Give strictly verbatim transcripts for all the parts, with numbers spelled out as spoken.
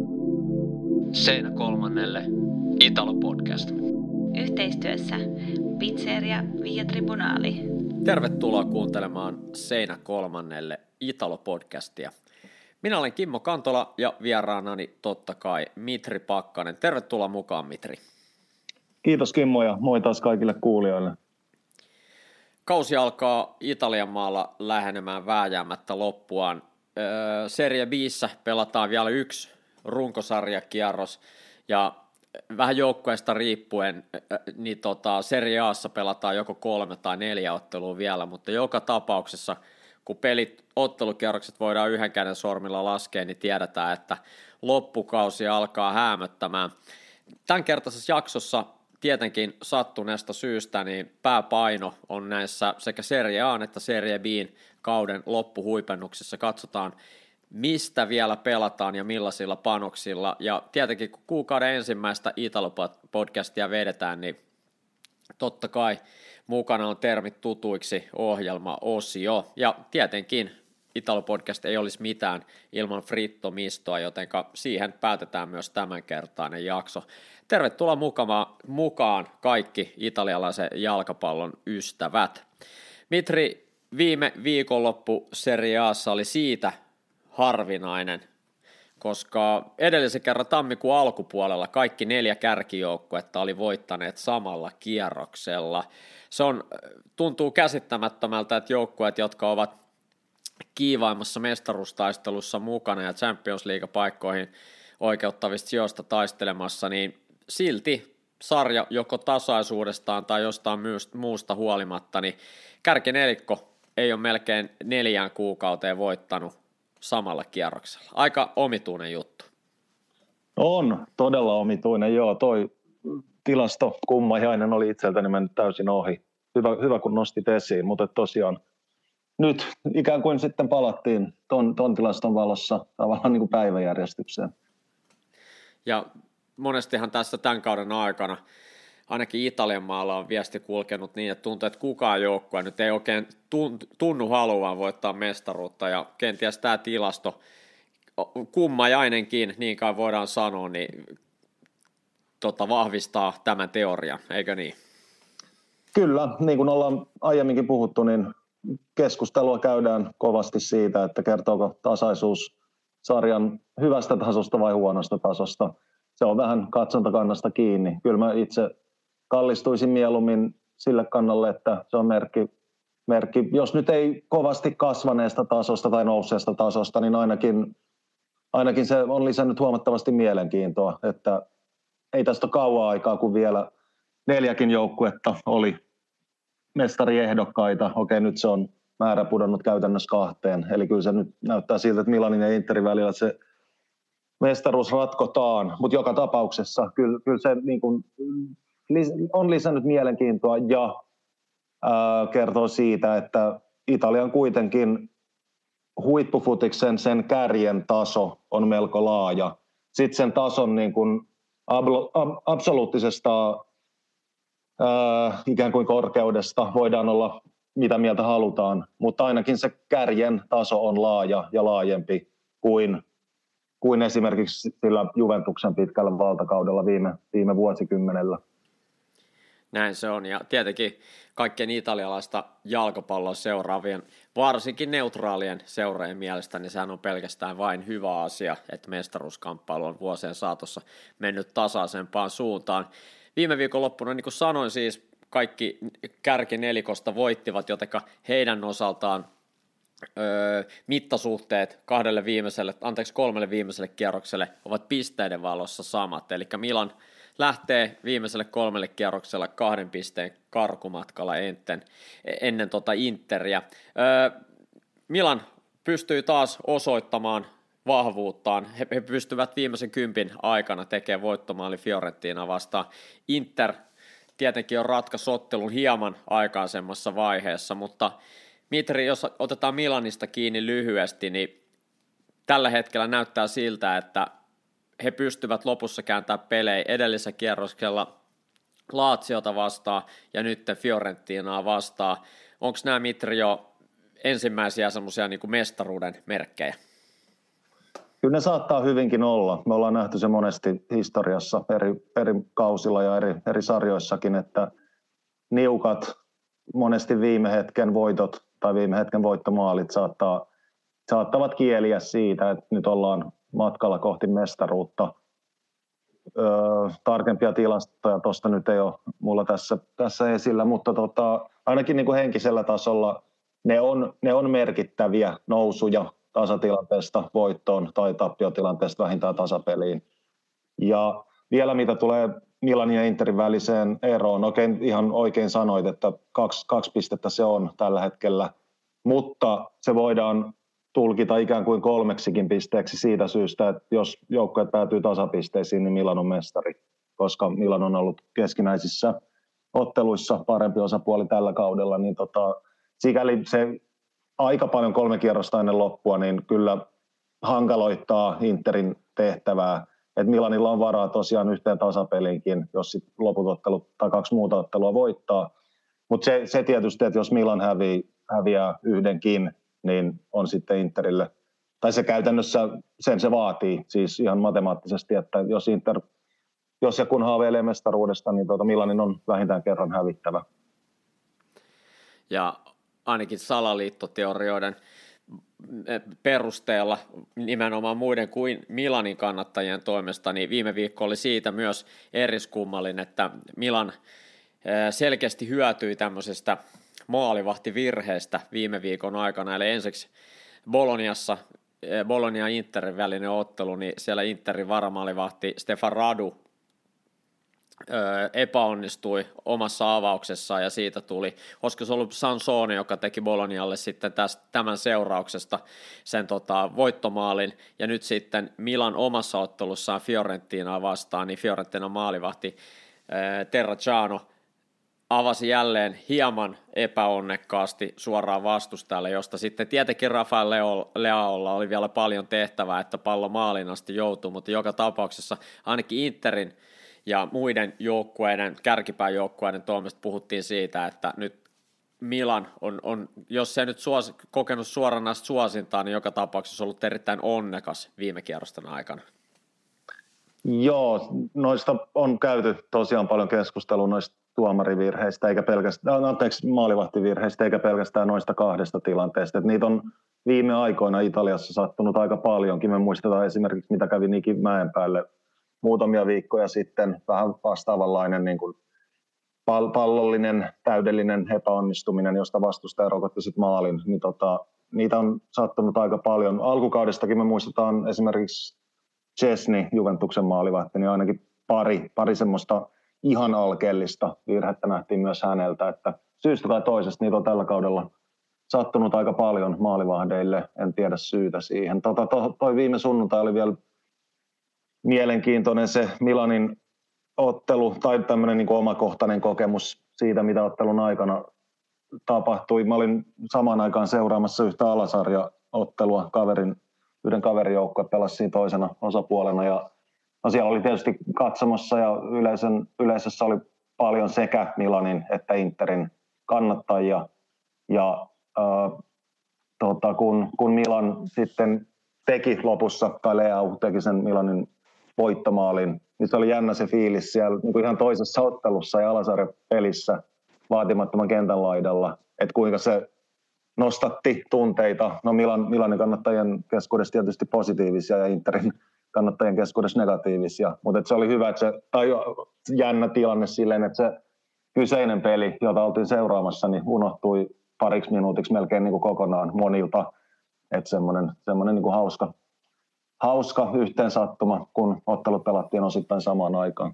Seinä kolmannelle Italo Podcast. Yhteistyössä Pizzeria Via Tribunali. Tervetuloa kuuntelemaan Seinä kolmannelle Italo Podcastia. Minä olen Kimmo Kantola ja vieraanani totta kai Mitri Pakkanen. Tervetuloa mukaan, Mitri. Kiitos Kimmo ja moi taas kaikille kuulijoille. Kausi alkaa Italian maalla lähenemään vääjäämättä loppuaan. Öö, Serie B:ssä pelataan vielä yksi runkosarjakierros ja vähän joukkueesta riippuen, niin tota, Serie A:ssa pelataan joko kolme tai neljä ottelua vielä, mutta joka tapauksessa, kun pelit, ottelukierrokset voidaan yhden käden sormilla laskea, niin tiedetään, että loppukausi alkaa häämöttämään. Tämänkertaisessa jaksossa tietenkin sattuneesta syystä niin pääpaino on näissä sekä Serie A:n että Serie B:n kauden loppuhuipennuksissa. Katsotaan, mistä vielä pelataan ja millaisilla panoksilla. Ja tietenkin kun kuukauden ensimmäistä Italo-podcastia vedetään, niin totta kai mukana on termit tutuiksi ohjelma-osio. Ja tietenkin Italo-podcast ei olisi mitään ilman Fritto Mistoa, joten siihen päätetään myös tämänkertainen jakso. Tervetuloa mukaan, mukaan kaikki italialaisen jalkapallon ystävät. Mitri, viime viikonloppu Serie A:ssa oli siitä harvinainen, koska edellisen kerran tammikuun alkupuolella kaikki neljä kärkijoukkuetta oli voittaneet samalla kierroksella. Se on, tuntuu käsittämättömältä, että joukkueet, jotka ovat kiivaimmassa mestaruustaistelussa mukana ja Champions League-paikkoihin oikeuttavista sijoista taistelemassa, niin silti sarja joko tasaisuudestaan tai jostain muusta huolimatta, niin kärkinelikko ei ole melkein neljään kuukauteen voittanut samalla kierroksella. Aika omituinen juttu. On, todella omituinen, joo. Toi tilasto kummajainen oli itseltäni mennyt täysin ohi. Hyvä, hyvä kun nostit esiin, mutta tosiaan nyt ikään kuin sitten palattiin ton, ton tilaston valossa tavallaan niin kuin päiväjärjestykseen. Ja monestihan tässä tämän kauden aikana, ainakin Italian maalla on viesti kulkenut niin, että tuntuu, että kukaan joukkue nyt ei oikein tunnu haluaan voittaa mestaruutta, ja kenties tämä tilasto, kummajainenkin, niin kai voidaan sanoa, niin tota, vahvistaa tämän teorian, eikö niin? Kyllä, niin kuin ollaan aiemminkin puhuttu, niin keskustelua käydään kovasti siitä, että kertooko tasaisuus sarjan hyvästä tasosta vai huonosta tasosta. Se on vähän katsontakannasta kiinni. Kyllä mä itse kallistuisin mieluummin sille kannalle, että se on merkki, merkki, jos nyt ei kovasti kasvaneesta tasosta tai nousseesta tasosta, niin ainakin, ainakin se on lisännyt huomattavasti mielenkiintoa, että ei tästä ole kauan aikaa, kun vielä neljäkin joukkuetta oli mestariehdokkaita. Okei, nyt se on määrä pudonnut käytännössä kahteen, eli kyllä se nyt näyttää siltä, että Milanin ja Interin välillä se mestaruus ratkotaan, mutta joka tapauksessa kyllä, kyllä se niin kuin on lisännyt mielenkiintoa ja ää, kertoo siitä, että Italian kuitenkin huippufutiksen sen kärjen taso on melko laaja. Sitten sen tason niin kuin ab- ab- absoluuttisesta ää, ikään kuin korkeudesta voidaan olla mitä mieltä halutaan, mutta ainakin se kärjen taso on laaja ja laajempi kuin kuin esimerkiksi sillä Juventuksen pitkällä valtakaudella viime, viime vuosikymmenellä. Näin se on, ja tietenkin kaikkien italialaista jalkapalloa seuraavien, varsinkin neutraalien seuraajien mielestä, niin sehän on pelkästään vain hyvä asia, että mestaruuskamppailu on vuosien saatossa mennyt tasaisempaan suuntaan. Viime viikonloppuna, niin kuin sanoin, siis kaikki kärkinelikosta voittivat, jotenka heidän osaltaan Öö, mittasuhteet kahdelle viimeiselle, anteeksi kolmelle viimeiselle kierrokselle ovat pisteiden valossa samat, eli Milan lähtee viimeiselle kolmelle kierrokselle kahden pisteen karkumatkalla ennen, ennen tota Interiä. Öö, Milan pystyy taas osoittamaan vahvuuttaan, he, he pystyvät viimeisen kympin aikana tekemään voittomaali Fiorentina vastaan. Inter tietenkin on ratkaissut ottelun hieman aikaisemmassa vaiheessa, mutta Mitri, jos otetaan Milanista kiinni lyhyesti, niin tällä hetkellä näyttää siltä, että he pystyvät lopussa kääntämään pelejä edellisellä kierroksella Laziota vastaan ja nyt Fiorentinaa vastaan. Onko nämä, Mitri, jo ensimmäisiä semmoisia niin kuin mestaruuden merkkejä? Kyllä ne saattaa hyvinkin olla. Me ollaan nähty se monesti historiassa eri, eri kausilla ja eri, eri sarjoissakin, että niukat, monesti viime hetken voitot tai viime hetken voittomaalit saattaa, saattavat kieliä siitä, että nyt ollaan matkalla kohti mestaruutta. Öö, tarkempia tilastoja tuosta nyt ei ole mulla tässä, tässä esillä, mutta tota, ainakin niin kuin henkisellä tasolla ne on, ne on merkittäviä nousuja tasatilanteesta voittoon tai tappiotilanteesta vähintään tasapeliin. Ja vielä mitä tulee Milanin ja Interin väliseen eroon, okei, ihan oikein sanoit, että kaksi, kaksi pistettä se on tällä hetkellä, mutta se voidaan tulkita ikään kuin kolmeksikin pisteeksi siitä syystä, että jos joukkueet päätyy tasapisteisiin, niin Milan on mestari, koska Milan on ollut keskinäisissä otteluissa parempi osapuoli tällä kaudella, niin tota, sikäli se aika paljon kolme kierrosta ennen loppua, niin kyllä hankaloittaa Interin tehtävää. Et Milanilla on varaa tosiaan yhteen tasapeliinkin, jos sit loput ottelut tai kaksi muuta ottelua voittaa. Mutta se, se tietysti, että jos Milan hävii, häviää yhdenkin, niin on sitten Interille, tai se käytännössä sen se vaatii, siis ihan matemaattisesti, että jos Inter, jos ja kun haaveilee mestaruudesta, niin tuota Milanin on vähintään kerran hävittävä. Ja ainakin salaliittoteorioiden perusteella nimenomaan muiden kuin Milanin kannattajien toimesta, niin viime viikko oli siitä myös eriskummallinen, että Milan selkeästi hyötyi tämmöisestä maalivahtivirheestä viime viikon aikana, eli ensiksi Boloniassa, Bologna ja Interin välinen ottelu, niin siellä Interin varamaalivahti Stefan Radu epäonnistui omassa avauksessaan ja siitä tuli, olisiko se ollut Sansone, joka teki Bolognalle sitten tästä, tämän seurauksesta sen tota, voittomaalin ja nyt sitten Milan omassa ottelussaan Fiorentinaa vastaan, niin Fiorentina maalivahti Terracciano avasi jälleen hieman epäonnekkaasti suoraan vastustajalle, josta sitten tietenkin Rafael Leo, Leaolla oli vielä paljon tehtävää, että pallo maalin asti joutui, mutta joka tapauksessa ainakin Interin ja muiden joukkueiden, kärkipääjoukkueiden toimesta puhuttiin siitä, että nyt Milan on, on jos se nyt suos, kokenut suoranaista suosintaa, niin joka tapauksessa ollut erittäin onnekas viime kierrosten aikana. Joo, noista on käyty tosiaan paljon keskustelua noista tuomarivirheistä, eikä pelkästään, anteeksi, maalivahtivirheistä, eikä pelkästään noista kahdesta tilanteesta. Että niitä on viime aikoina Italiassa sattunut aika paljonkin. Me muistetaan esimerkiksi, mitä kävi Niki Mäenpäälle muutamia viikkoja sitten, vähän vastaavanlainen niin kuin pallollinen, täydellinen epäonnistuminen, josta vastustaja rokotti sitten maalin. Niin tota, niitä on sattunut aika paljon. Alkukaudestakin me muistetaan esimerkiksi Chesney, Juventuksen maalivahti, niin ainakin pari, pari semmoista ihan alkeellista virhettä nähtiin myös häneltä, että syystä tai toisesta niitä on tällä kaudella sattunut aika paljon maalivahdeille, en tiedä syytä siihen. Tota, to, toi viime sunnuntai oli vielä mielenkiintoinen se Milanin ottelu tai tämmöinen niin kuin omakohtainen kokemus siitä, mitä ottelun aikana tapahtui. Mä olin samaan aikaan seuraamassa yhtä alasarjaottelua, kaverin, yhden kaverijoukkoa pelasi siinä toisena osapuolena ja no siellä oli tietysti katsomassa ja yleisön, yleisössä oli paljon sekä Milanin että Interin kannattajia. Ja äh, tota, kun, kun Milan sitten teki lopussa, tai Leao teki sen Milanin voittomaalin, niin se oli jännä se fiilis siellä niin kuin ihan toisessa ottelussa ja alasarjapelissä vaatimattoman kentän laidalla, että kuinka se nostatti tunteita. No Milan, Milanin kannattajien keskuudessa tietysti positiivisia ja Interin kannattajien keskuudessa negatiivisia, mutta se oli hyvä, että se, tai jännä tilanne silleen, että se kyseinen peli, jota oltiin seuraamassa, niin unohtui pariksi minuutiksi melkein niin kuin kokonaan monilta, että semmoinen, semmoinen niin kuin hauska, hauska yhteensattuma, kun ottelut pelattiin osittain samaan aikaan.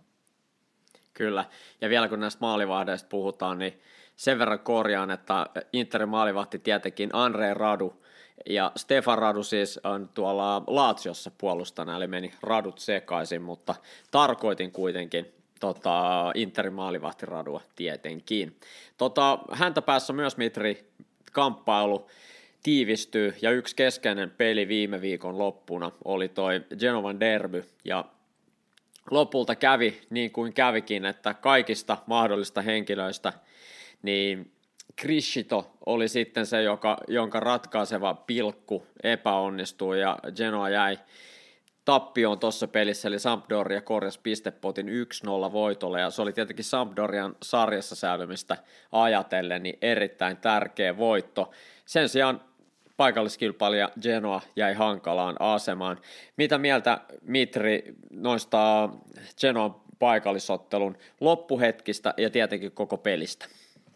Kyllä, ja vielä kun näistä maalivahdeista puhutaan, niin sen verran korjaan, että Interin maalivahti tietenkin Andrei Radu, ja Stefan Radu siis on tuolla Laziossa puolustana, eli meni Radut sekaisin, mutta tarkoitin kuitenkin tota, Interin maalivahti Radua tietenkin. Tota, häntä päässä myös Mitri kamppailu tiivistyy, ja yksi keskeinen peli viime viikon loppuna oli toi Genovan derby, ja lopulta kävi niin kuin kävikin, että kaikista mahdollista henkilöistä, niin Criscito oli sitten se, joka, jonka ratkaiseva pilkku epäonnistui ja Genoa jäi, tappioon tuossa pelissä, eli Sampdoria korjasi pistepotin yksi nolla voitolle, ja se oli tietenkin Sampdorian sarjassa säilymistä ajatellen niin erittäin tärkeä voitto. Sen sijaan paikalliskilpailija Genoa jäi hankalaan asemaan. Mitä mieltä, Mitri, noista Genoan paikallisottelun loppuhetkistä ja tietenkin koko pelistä?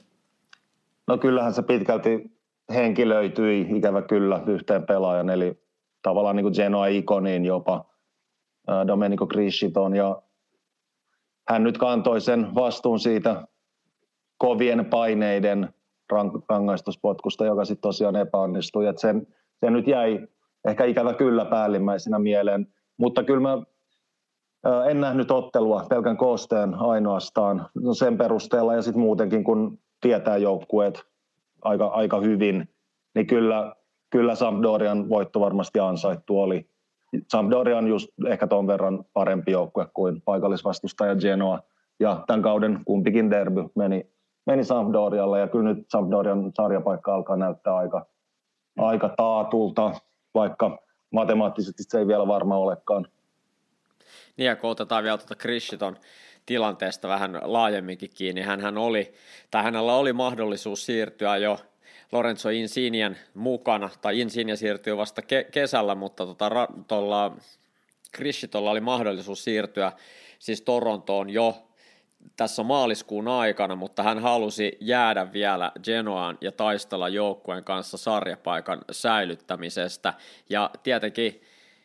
No kyllähän se pitkälti henkilöityi, ikävä kyllä, yhteen pelaajan, eli tavallaan niin kuin Genoa-ikoniin jopa, Domenico Crisciton, ja hän nyt kantoi sen vastuun siitä kovien paineiden rangaistuspotkusta, joka sitten tosiaan epäonnistui. Et sen, se nyt jäi ehkä ikävä kyllä päällimmäisenä mieleen, mutta kyllä mä en nähnyt ottelua pelkän koosteen ainoastaan no sen perusteella, ja sitten muutenkin kun tietää joukkueet aika, aika hyvin, niin kyllä, kyllä Sampdorian voitto varmasti ansaittu oli. Sampdoria on just ehkä ton verran parempi joukkue kuin paikallisvastustaja Genoa, ja tämän kauden kumpikin derby meni, meni Sampdorialle, ja kyllä nyt Sampdorian sarjapaikka alkaa näyttää aika, aika taatulta, vaikka matemaattisesti se ei vielä varma olekaan. Niin, ja kun otetaan vielä tuota Crisciton tilanteesta vähän laajemminkin kiinni, hänhän oli, tai hänellä oli mahdollisuus siirtyä jo Lorenzo Insignen mukana, tai Insigne siirtyy vasta ke- kesällä, mutta tuolla tota, Criscitolla oli mahdollisuus siirtyä siis Torontoon jo tässä maaliskuun aikana, mutta hän halusi jäädä vielä Genoaan ja taistella joukkueen kanssa sarjapaikan säilyttämisestä, ja tietenkin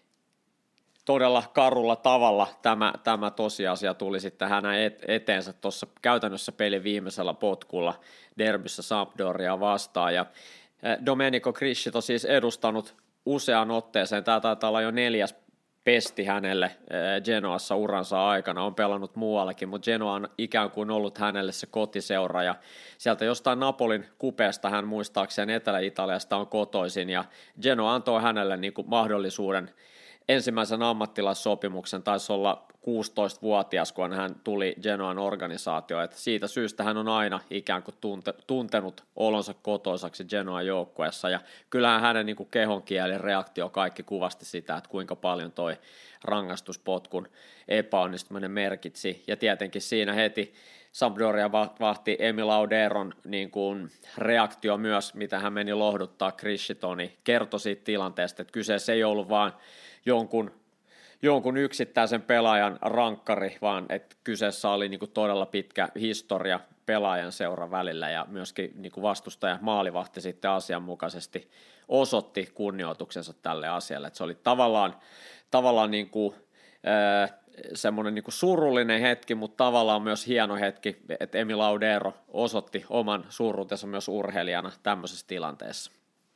todella karulla tavalla tämä, tämä tosiasia tuli sitten hänen eteensä tuossa käytännössä pelin viimeisellä potkulla derbyssä Sampdoria vastaan, ja Domenico Criscito siis edustanut useaan otteeseen, tämä taitaa olla jo neljäs pesti hänelle Genoassa uransa aikana, on pelannut muuallakin, mutta Genoa on ikään kuin ollut hänelle se kotiseura, ja sieltä jostain Napolin kupeesta hän muistaakseen Etelä-Italiasta on kotoisin, ja Genoa antoi hänelle niin kuin mahdollisuuden ensimmäisen ammattilaissopimuksen, taisi olla kuusitoistavuotias, kun hän tuli Genoan organisaatioon, että siitä syystä hän on aina ikään kuin tunte, tuntenut olonsa kotoisaksi Genoan joukkueessa, ja kyllähän hänen niin kuin kehonkielen reaktio kaikki kuvasti sitä, että kuinka paljon toi rangaistuspotkun epäonnistuminen merkitsi, ja tietenkin siinä heti Sampdoria vahti Emil Lauderon niin kuin reaktio myös, mitä hän meni lohduttaa Criscitoni, kertoi siitä tilanteesta, että kyseessä ei ollut vaan jonkun, jonkun yksittäisen pelaajan rankkari, vaan että kyseessä oli niin kuin todella pitkä historia pelaajan seuran välillä, ja myöskin niin kuin vastustaja maalivahti sitten asianmukaisesti osoitti kunnioituksensa tälle asialle, että se oli tavallaan, tavallaan niin kuin, äh, semmoinen niin kuin surullinen hetki, mutta tavallaan myös hieno hetki, että Emil Laudero osoitti oman suuruutensa myös urheilijana tämmöisessä tilanteessa.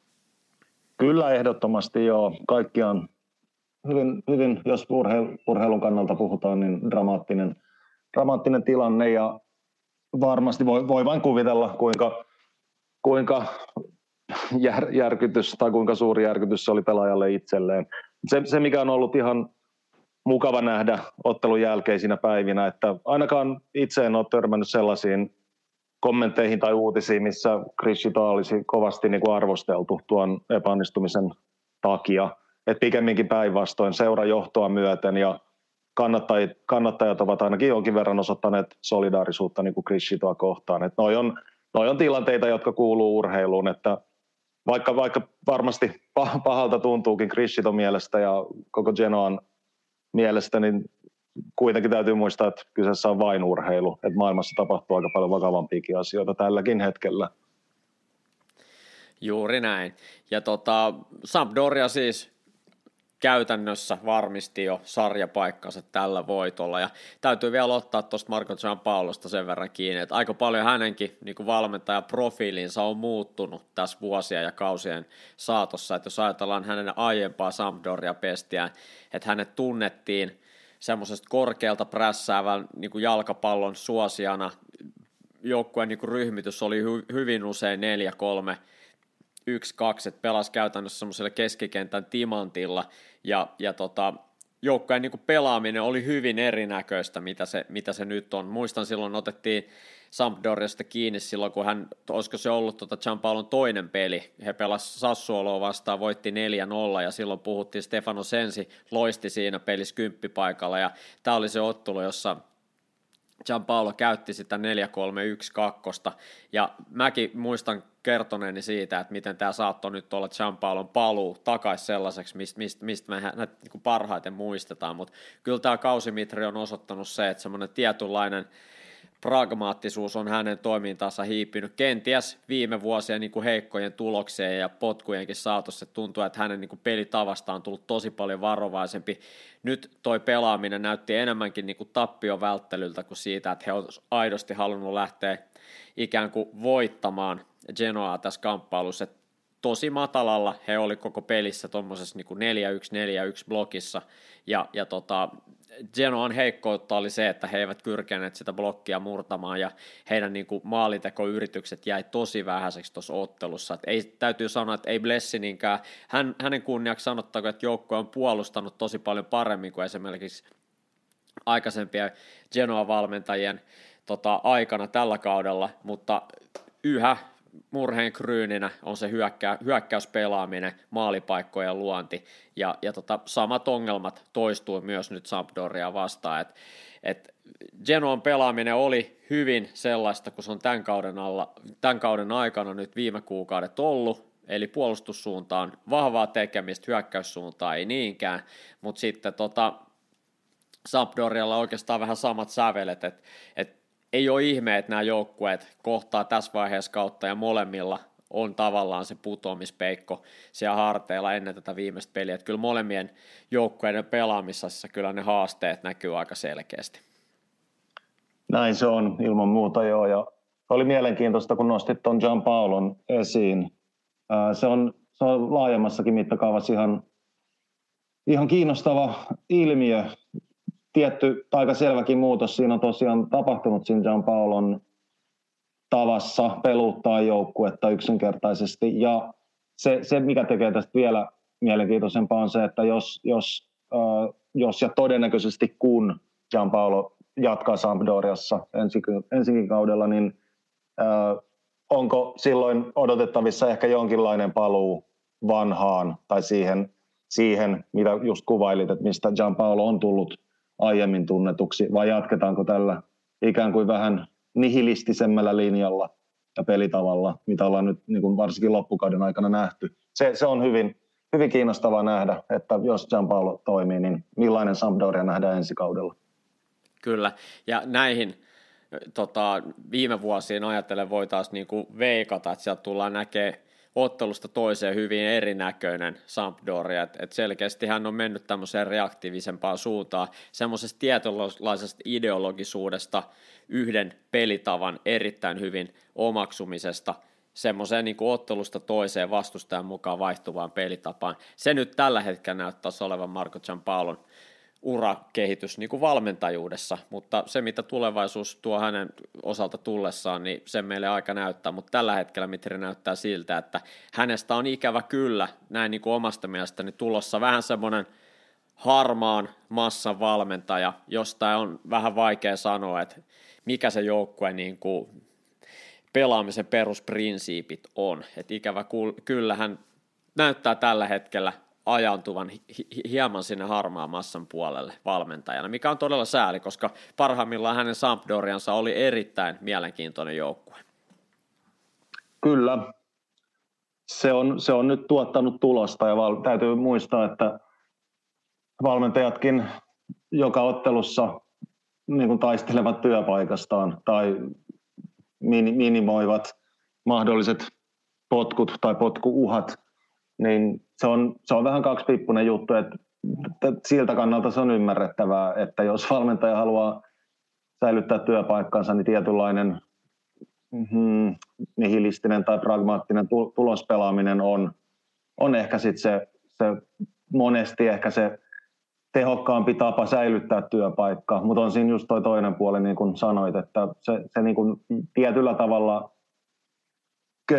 Kyllä ehdottomasti joo. Kaikki on hyvin, hyvin jos urheil, urheilun kannalta puhutaan, niin dramaattinen, dramaattinen tilanne, ja varmasti voi, voi vain kuvitella, kuinka, kuinka jär, järkytys tai kuinka suuri järkytys se oli pelaajalle itselleen. Se, se mikä on ollut ihan mukava nähdä ottelun jälkeisinä päivinä, että ainakaan itse en ole törmännyt sellaisiin kommentteihin tai uutisiin, missä Criscito olisi kovasti niin kuin arvosteltu tuon epäonnistumisen takia. Et pikemminkin päinvastoin seurajohtoa myöten, ja kannattajat, kannattajat ovat ainakin jonkin verran osoittaneet solidaarisuutta niin kuin Criscitoa kohtaan. Et noi, on, noi on tilanteita, jotka kuuluu urheiluun, että vaikka, vaikka varmasti pahalta tuntuukin Crisciton mielestä ja koko Genoan mielestä, niin kuitenkin täytyy muistaa, että kyseessä on vain urheilu, että maailmassa tapahtuu aika paljon vakavampiakin asioita tälläkin hetkellä. Juuri näin. Ja tota, Sampdoria siis käytännössä varmisti jo sarjapaikkansa tällä voitolla, ja täytyy vielä ottaa tuosta Marco Giampaolosta sen verran kiinni, että aika paljon hänenkin niin kuin valmentajaprofiilinsa on muuttunut tässä vuosien ja kausien saatossa, että jos ajatellaan hänen aiempaa Sampdoria-pestiään, että hänet tunnettiin semmoisesta korkealta prässäävän niin kuin jalkapallon suosijana, joukkueen niin kuin ryhmitys oli hy- hyvin usein neljä kolme yksi kaksi, että pelasi käytännössä semmoisella keskikentän timantilla, ja, ja tota, joukkueen niin kuin pelaaminen oli hyvin erinäköistä, mitä se, mitä se nyt on. Muistan silloin otettiin Sampdoriasta kiinni silloin, kun hän, olisiko se ollut tuota Gianpaolon toinen peli, he pelasivat Sassuoloa vastaan, voitti neljä nolla ja silloin puhuttiin, Stefano Sensi loisti siinä pelissä kymppipaikalla ja tämä oli se ottelu, jossa Gianpaolo käytti sitä neljä kolme yksi kaksi ja mäkin muistan kertoneeni siitä, että miten tämä saattoi nyt olla Gianpaolon paluu takaisin sellaiseksi, mistä, mistä, mistä me näitä niin parhaiten muistetaan, mutta kyllä tämä kausimitri on osoittanut se, että semmoinen tietynlainen pragmaattisuus on hänen toimintaansa hiipinyt. Kenties viime vuosien niin kuin heikkojen tulokseen ja potkujenkin saatossa tuntuu, että hänen niin kuin pelitavasta on tullut tosi paljon varovaisempi. Nyt toi pelaaminen näytti enemmänkin niin kuin tappion välttelyltä kuin siitä, että he olisivat aidosti halunnut lähteä ikään kuin voittamaan Genoaa tässä kamppailussa. Tosi matalalla he oli koko pelissä tuommoisessa niin neljä yksi neljä yksi blokissa ja, ja tota, Genoan heikkoutta oli se, että he eivät kyrkeneet sitä blokkia murtamaan ja heidän niin kuin maalitekoyritykset jäi tosi vähäiseksi tuossa ottelussa. Et ei, täytyy sanoa, että ei Blessininkään, hän, hänen kunniaksi sanottakoon, että joukkue on puolustanut tosi paljon paremmin kuin esimerkiksi aikaisempien Genoa-valmentajien tota, aikana tällä kaudella, mutta yhä murheen kryyninä on se hyökkä, hyökkäyspelaaminen, maalipaikkojen luonti, ja, ja tota, samat ongelmat toistuu myös nyt Sampdoria vastaan, että et Genoan pelaaminen oli hyvin sellaista, kun se on tämän kauden, alla, tämän kauden aikana nyt viime kuukaudet ollut, eli puolustussuuntaan vahvaa tekemistä, hyökkäyssuuntaan ei niinkään, mutta sitten tota, Sampdorialla on oikeastaan vähän samat sävelet, että et ei ole ihme, että nämä joukkueet kohtaa tässä vaiheessa kautta ja molemmilla on tavallaan se putoamispeikko siellä harteilla ennen tätä viimeistä peliä. Että kyllä molemmien joukkueiden pelaamisessa kyllä ne haasteet näkyy aika selkeästi. Näin se on ilman muuta joo. Ja oli mielenkiintoista, kun nostit tuon Gianpaolon esiin. Se on, se on laajemmassakin mittakaavassa ihan, ihan kiinnostava ilmiö. Tietty aika selväkin muutos siinä on tosiaan tapahtunut siinä Gianpaolon tavassa peluttaa joukkuetta yksinkertaisesti. Ja se, se, mikä tekee tästä vielä mielenkiintoisempaa, on se, että jos, jos, äh, jos ja todennäköisesti kun Gianpaolo jatkaa Sampdoriassa ensikin, ensikin kaudella, niin äh, onko silloin odotettavissa ehkä jonkinlainen paluu vanhaan tai siihen, siihen mitä just kuvailit, että mistä Gianpaolo on tullut aiemmin tunnetuksi, vai jatketaanko tällä ikään kuin vähän nihilistisemmällä linjalla ja pelitavalla, mitä ollaan nyt niin kuin varsinkin loppukauden aikana nähty. Se, se on hyvin, hyvin kiinnostavaa nähdä, että jos Gianpaolo toimii, niin millainen Sampdoria nähdään ensi kaudella. Kyllä, ja näihin tota, viime vuosien ajatellen voitaisiin niin kuin veikata, että sieltä tullaan näkemään ottelusta toiseen hyvin erinäköinen Sampdoria, että et selkeästi hän on mennyt tämmöiseen reaktiivisempaan suuntaan, semmoisesta tietynlaisesta ideologisuudesta, yhden pelitavan erittäin hyvin omaksumisesta, semmoiseen niin kuin ottelusta toiseen vastustajan mukaan vaihtuvaan pelitapaan. Se nyt tällä hetkellä näyttäisi olevan Marco Gianpaolon urakehitys niin kuin valmentajuudessa, mutta se mitä tulevaisuus tuo hänen osalta tullessaan, niin sen meille aika näyttää, mutta tällä hetkellä Mitri näyttää siltä, että hänestä on ikävä kyllä, näin niin kuin omasta mielestäni tulossa vähän semmoinen harmaan massan valmentaja, josta on vähän vaikea sanoa, että mikä se joukkue niin kuin pelaamisen perusprinsiipit on, että ikävä kyllä hän näyttää tällä hetkellä ajantuvan hieman sinne harmaan massan puolelle valmentajana, mikä on todella sääli, koska parhaimmillaan hänen Sampdoriansa oli erittäin mielenkiintoinen joukkue. Kyllä, se on, se on nyt tuottanut tulosta ja val, täytyy muistaa, että valmentajatkin joka ottelussa niin kuin taistelevat työpaikastaan tai minimoivat mahdolliset potkut tai potkuuhat, niin se on, se on vähän kaksipiippunen juttu, että siltä kannalta se on ymmärrettävää, että jos valmentaja haluaa säilyttää työpaikkansa, niin tietynlainen mm, nihilistinen tai pragmaattinen tulospelaaminen on, on ehkä sitten se, se monesti ehkä se tehokkaampi tapa säilyttää työpaikka, mutta on siinä just toi toinen puoli, niin kuin sanoit, että se, se niin kuin tietyllä tavalla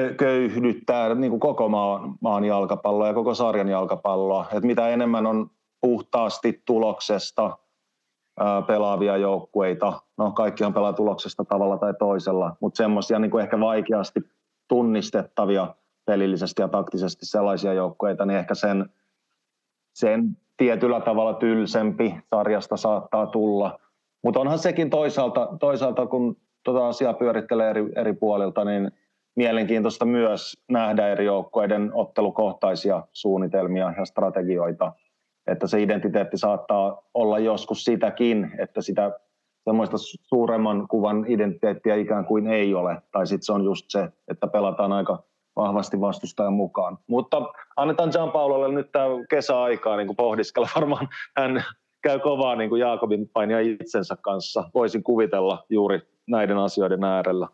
köyhdyttää niin kuin koko maan, maan jalkapalloa ja koko sarjan jalkapalloa. Et mitä enemmän on puhtaasti tuloksesta ää, pelaavia joukkueita. No kaikkihan pelaa tuloksesta tavalla tai toisella, mutta semmoisia niin kuin ehkä vaikeasti tunnistettavia pelillisesti ja taktisesti sellaisia joukkueita, niin ehkä sen, sen tietyllä tavalla tylsempi sarjasta saattaa tulla. Mutta onhan sekin toisaalta, toisaalta kun tuota asiaa pyörittelee eri, eri puolilta, niin mielenkiintoista myös nähdä eri joukkueiden ottelukohtaisia suunnitelmia ja strategioita. Että se identiteetti saattaa olla joskus sitäkin, että sitä semmoista suuremman kuvan identiteettiä ikään kuin ei ole. Tai sitten se on just se, että pelataan aika vahvasti vastustajan mukaan. Mutta annetaan Gianpaololle nyt tämä kesäaikaa niin kuin pohdiskella. Varmaan hän käy kovaa niin kuin Jaakobin painia itsensä kanssa. Voisin kuvitella juuri näiden asioiden äärellä.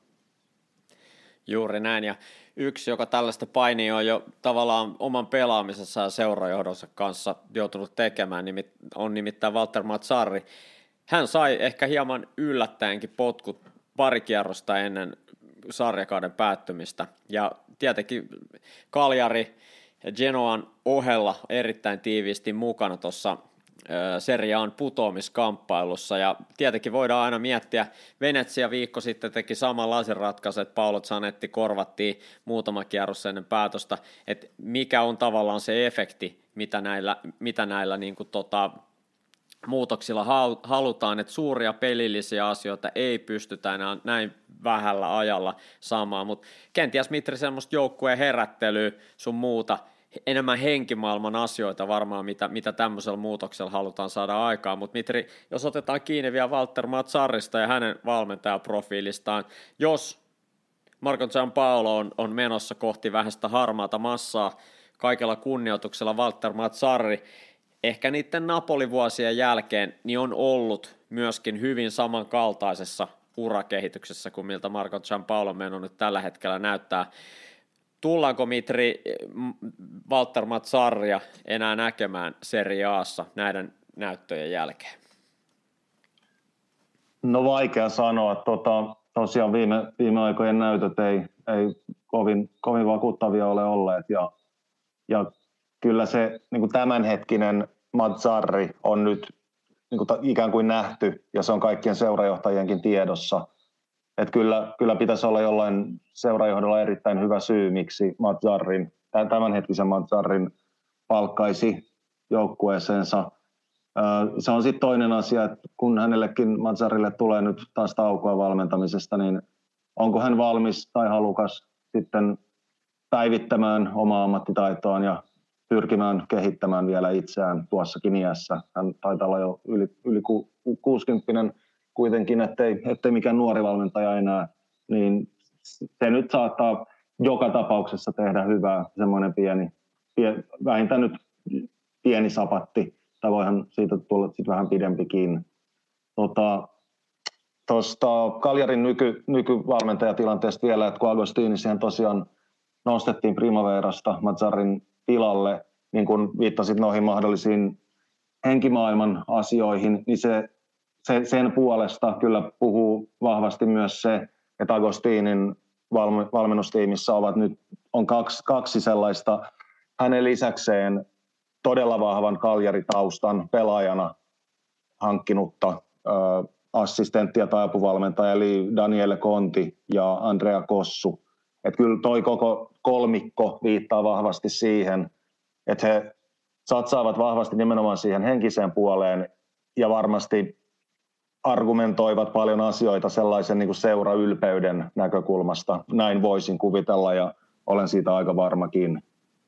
Juuri näin, ja yksi, joka tällaista painia on jo tavallaan oman pelaamisessa ja seurajohdonsa kanssa joutunut tekemään, on nimittäin Walter Mazzarri. Hän sai ehkä hieman yllättäenkin potkut pari kierrosta ennen sarjakauden päättymistä, ja tietenkin Cagliari ja Genoan ohella erittäin tiiviisti mukana tuossa Serie A:n putoamiskamppailussa, ja tietenkin voidaan aina miettiä, Venetsia viikko sitten teki samanlaisen ratkaisun, että Paolo Zanetti korvattiin muutama kierros ennen päätöstä, että mikä on tavallaan se efekti, mitä näillä, mitä näillä niin kuin tota, muutoksilla halutaan, että suuria pelillisiä asioita ei pystytä enää näin vähällä ajalla saamaan, mutta kenties Mitri semmoista joukkueen herättelyä sun muuta, enemmän henkimaailman asioita varmaan, mitä, mitä tämmöisellä muutoksella halutaan saada aikaan, mutta Mitri, jos otetaan kiinni vielä Walter Mazzarrista ja hänen valmentajaprofiilistaan, jos Marco Gianpaolo on, on menossa kohti vähäistä harmaata massaa, kaikella kunnioituksella Walter Mazzarri, ehkä niiden Napoli-vuosien jälkeen, niin on ollut myöskin hyvin samankaltaisessa urakehityksessä kuin miltä Marco Gianpaolo meno nyt tällä hetkellä näyttää. Tullaanko Mitri Walter Mazzarria enää näkemään Serie A:ssa näiden näyttöjen jälkeen? No vaikea sanoa. Tota, tosiaan viime, viime aikojen näytöt ei, ei kovin, kovin vakuuttavia ole olleet. Ja, ja kyllä se niin kuin tämänhetkinen Mazzarri on nyt niin kuin ikään kuin nähty, ja se on kaikkien seurajohtajienkin tiedossa. Että kyllä, kyllä pitäisi olla jollain seurajohdolla erittäin hyvä syy, miksi Mazzarrin, tämänhetkisen Mazzarrin palkkaisi joukkueeseensa. Se on sitten toinen asia, että kun hänellekin Mazzarrille tulee nyt taas taukoa valmentamisesta, niin onko hän valmis tai halukas sitten päivittämään omaa ammattitaitoaan ja pyrkimään kehittämään vielä itseään tuossakin iässä. Hän taitaa olla jo yli, yli kuusikymppinen kuitenkin, ettei, ettei mikään nuori valmentaja enää, niin se nyt saattaa joka tapauksessa tehdä hyvää, semmoinen pieni, pien, vähintään nyt pieni sapatti, tai voihan siitä tulla sitten vähän pidempikin. Tuosta tota, Cagliarin nyky, nykyvalmentajatilanteesta vielä, että kun Agostini siihen tosiaan nostettiin Primaverasta Mazzarrin tilalle, niin kun viittasit noihin mahdollisiin henkimaailman asioihin, niin se Se, sen puolesta kyllä puhuu vahvasti myös se, että Agostinin valme, valmennustiimissä ovat nyt, on kaksi, kaksi sellaista hänen lisäkseen todella vahvan Cagliari-taustan pelaajana hankkinutta ö, assistenttia tai apuvalmentaja, eli Daniele Conti ja Andrea Kossu. Että kyllä toi koko kolmikko viittaa vahvasti siihen, että he satsaavat vahvasti nimenomaan siihen henkiseen puoleen ja varmasti argumentoivat paljon asioita sellaisen niin kuin seuraylpeyden näkökulmasta. Näin voisin kuvitella ja olen siitä aika varmakin.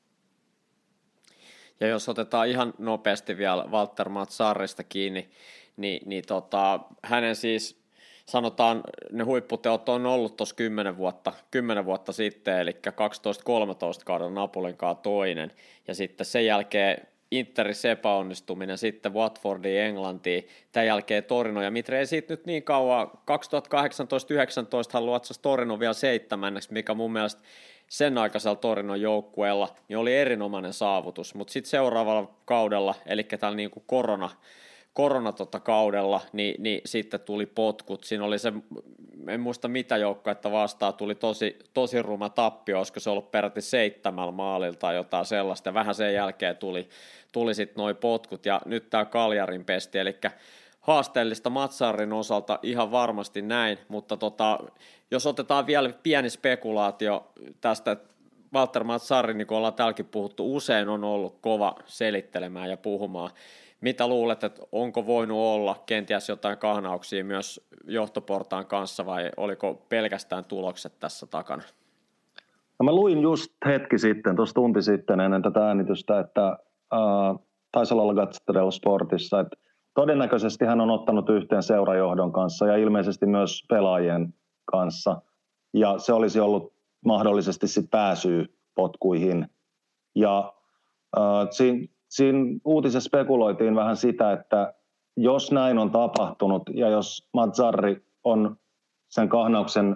Ja jos otetaan ihan nopeasti vielä Walter Mazzarrista kiinni, niin, niin tota, hänen siis sanotaan, ne huipputeot on ollut tuossa kymmenen vuotta, kymmenen vuotta sitten, eli kaksitoista kolmetoista kauden Napolinkaan toinen, ja sitten sen jälkeen Interissä epäonnistuminen, sitten Watfordiin, Englantiin, tämän jälkeen Torino, ja Mitre ei siitä nyt niin kauan, kaksituhattakahdeksantoista yhdeksäntoista hän luotsasi Torino vielä seitsemänneksi, mikä mun mielestä sen aikaisella Torinon joukkueella niin oli erinomainen saavutus, mutta sitten seuraavalla kaudella, eli tällä niin kuin korona, korona tota kaudella, niin, niin sitten tuli potkut. Siinä oli se, en muista mitä joukkoa, että vastaan tuli tosi, tosi ruma tappio, olisiko se ollut peräti seitsemällä maalilla tai jotain sellaista, ja vähän sen jälkeen tuli, tuli sitten noi potkut, ja nyt tämä Kaljarin pesti, eli haasteellista Mazzarin osalta ihan varmasti näin, mutta tota, jos otetaan vielä pieni spekulaatio tästä, Valtteri Mazzarri, niin kuin ollaan täälläkin puhuttu, usein on ollut kova selittelemään ja puhumaan. Mitä luulet, että onko voinut olla kenties jotain kahnauksia myös johtoportaan kanssa vai oliko pelkästään tulokset tässä takana? No mä luin just hetki sitten, tuossa tunti sitten ennen tätä äänitystä, että äh, taisi olla Gazzetta dello Sportissa, että todennäköisesti hän on ottanut yhteen seurajohdon kanssa ja ilmeisesti myös pelaajien kanssa. Ja se olisi ollut mahdollisesti sit pääsyy potkuihin. Ja äh, siinä, siinä uutisessa spekuloitiin vähän sitä, että jos näin on tapahtunut ja jos Mazzarri on sen kahnauksen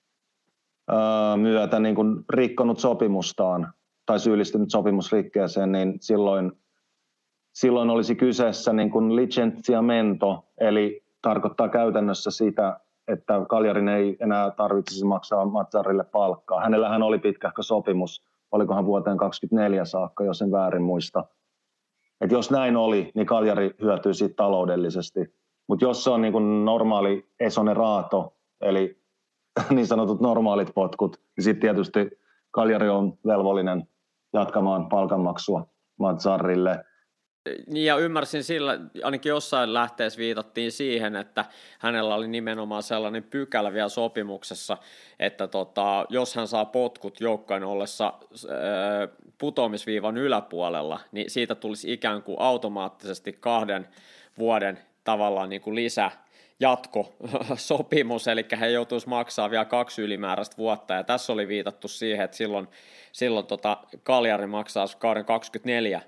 äh, myötä niin kun rikkonut sopimustaan tai syyllistynyt sopimusrikkeeseen, niin silloin Silloin olisi kyseessä niin kuin licenziamento, eli tarkoittaa käytännössä sitä, että Cagliarin ei enää tarvitsisi maksaa Mazzarrille palkkaa. Hänellähän oli pitkähkö sopimus, olikohan vuoteen kaksikymmentäneljä saakka, jos en väärin muista. Et jos näin oli, niin Cagliari hyötyy siitä taloudellisesti. Mutta jos se on niin kuin normaali esonerato, eli niin sanotut normaalit potkut, niin sitten tietysti Cagliari on velvollinen jatkamaan palkanmaksua Mazzarrille. Niin ja ymmärsin sillä, ainakin jossain lähteessä viitattiin siihen, että hänellä oli nimenomaan sellainen pykälä vielä sopimuksessa, että tota, jos hän saa potkut joukkojen ollessa ää, putoamisviivan yläpuolella, niin siitä tulisi ikään kuin automaattisesti kahden vuoden tavallaan niin kuin lisä jatkosopimus, eli he joutuisi maksaa vielä kaksi ylimääräistä vuotta, ja tässä oli viitattu siihen, että silloin, silloin tota Cagliari maksaa kauden kaksikymmentäneljä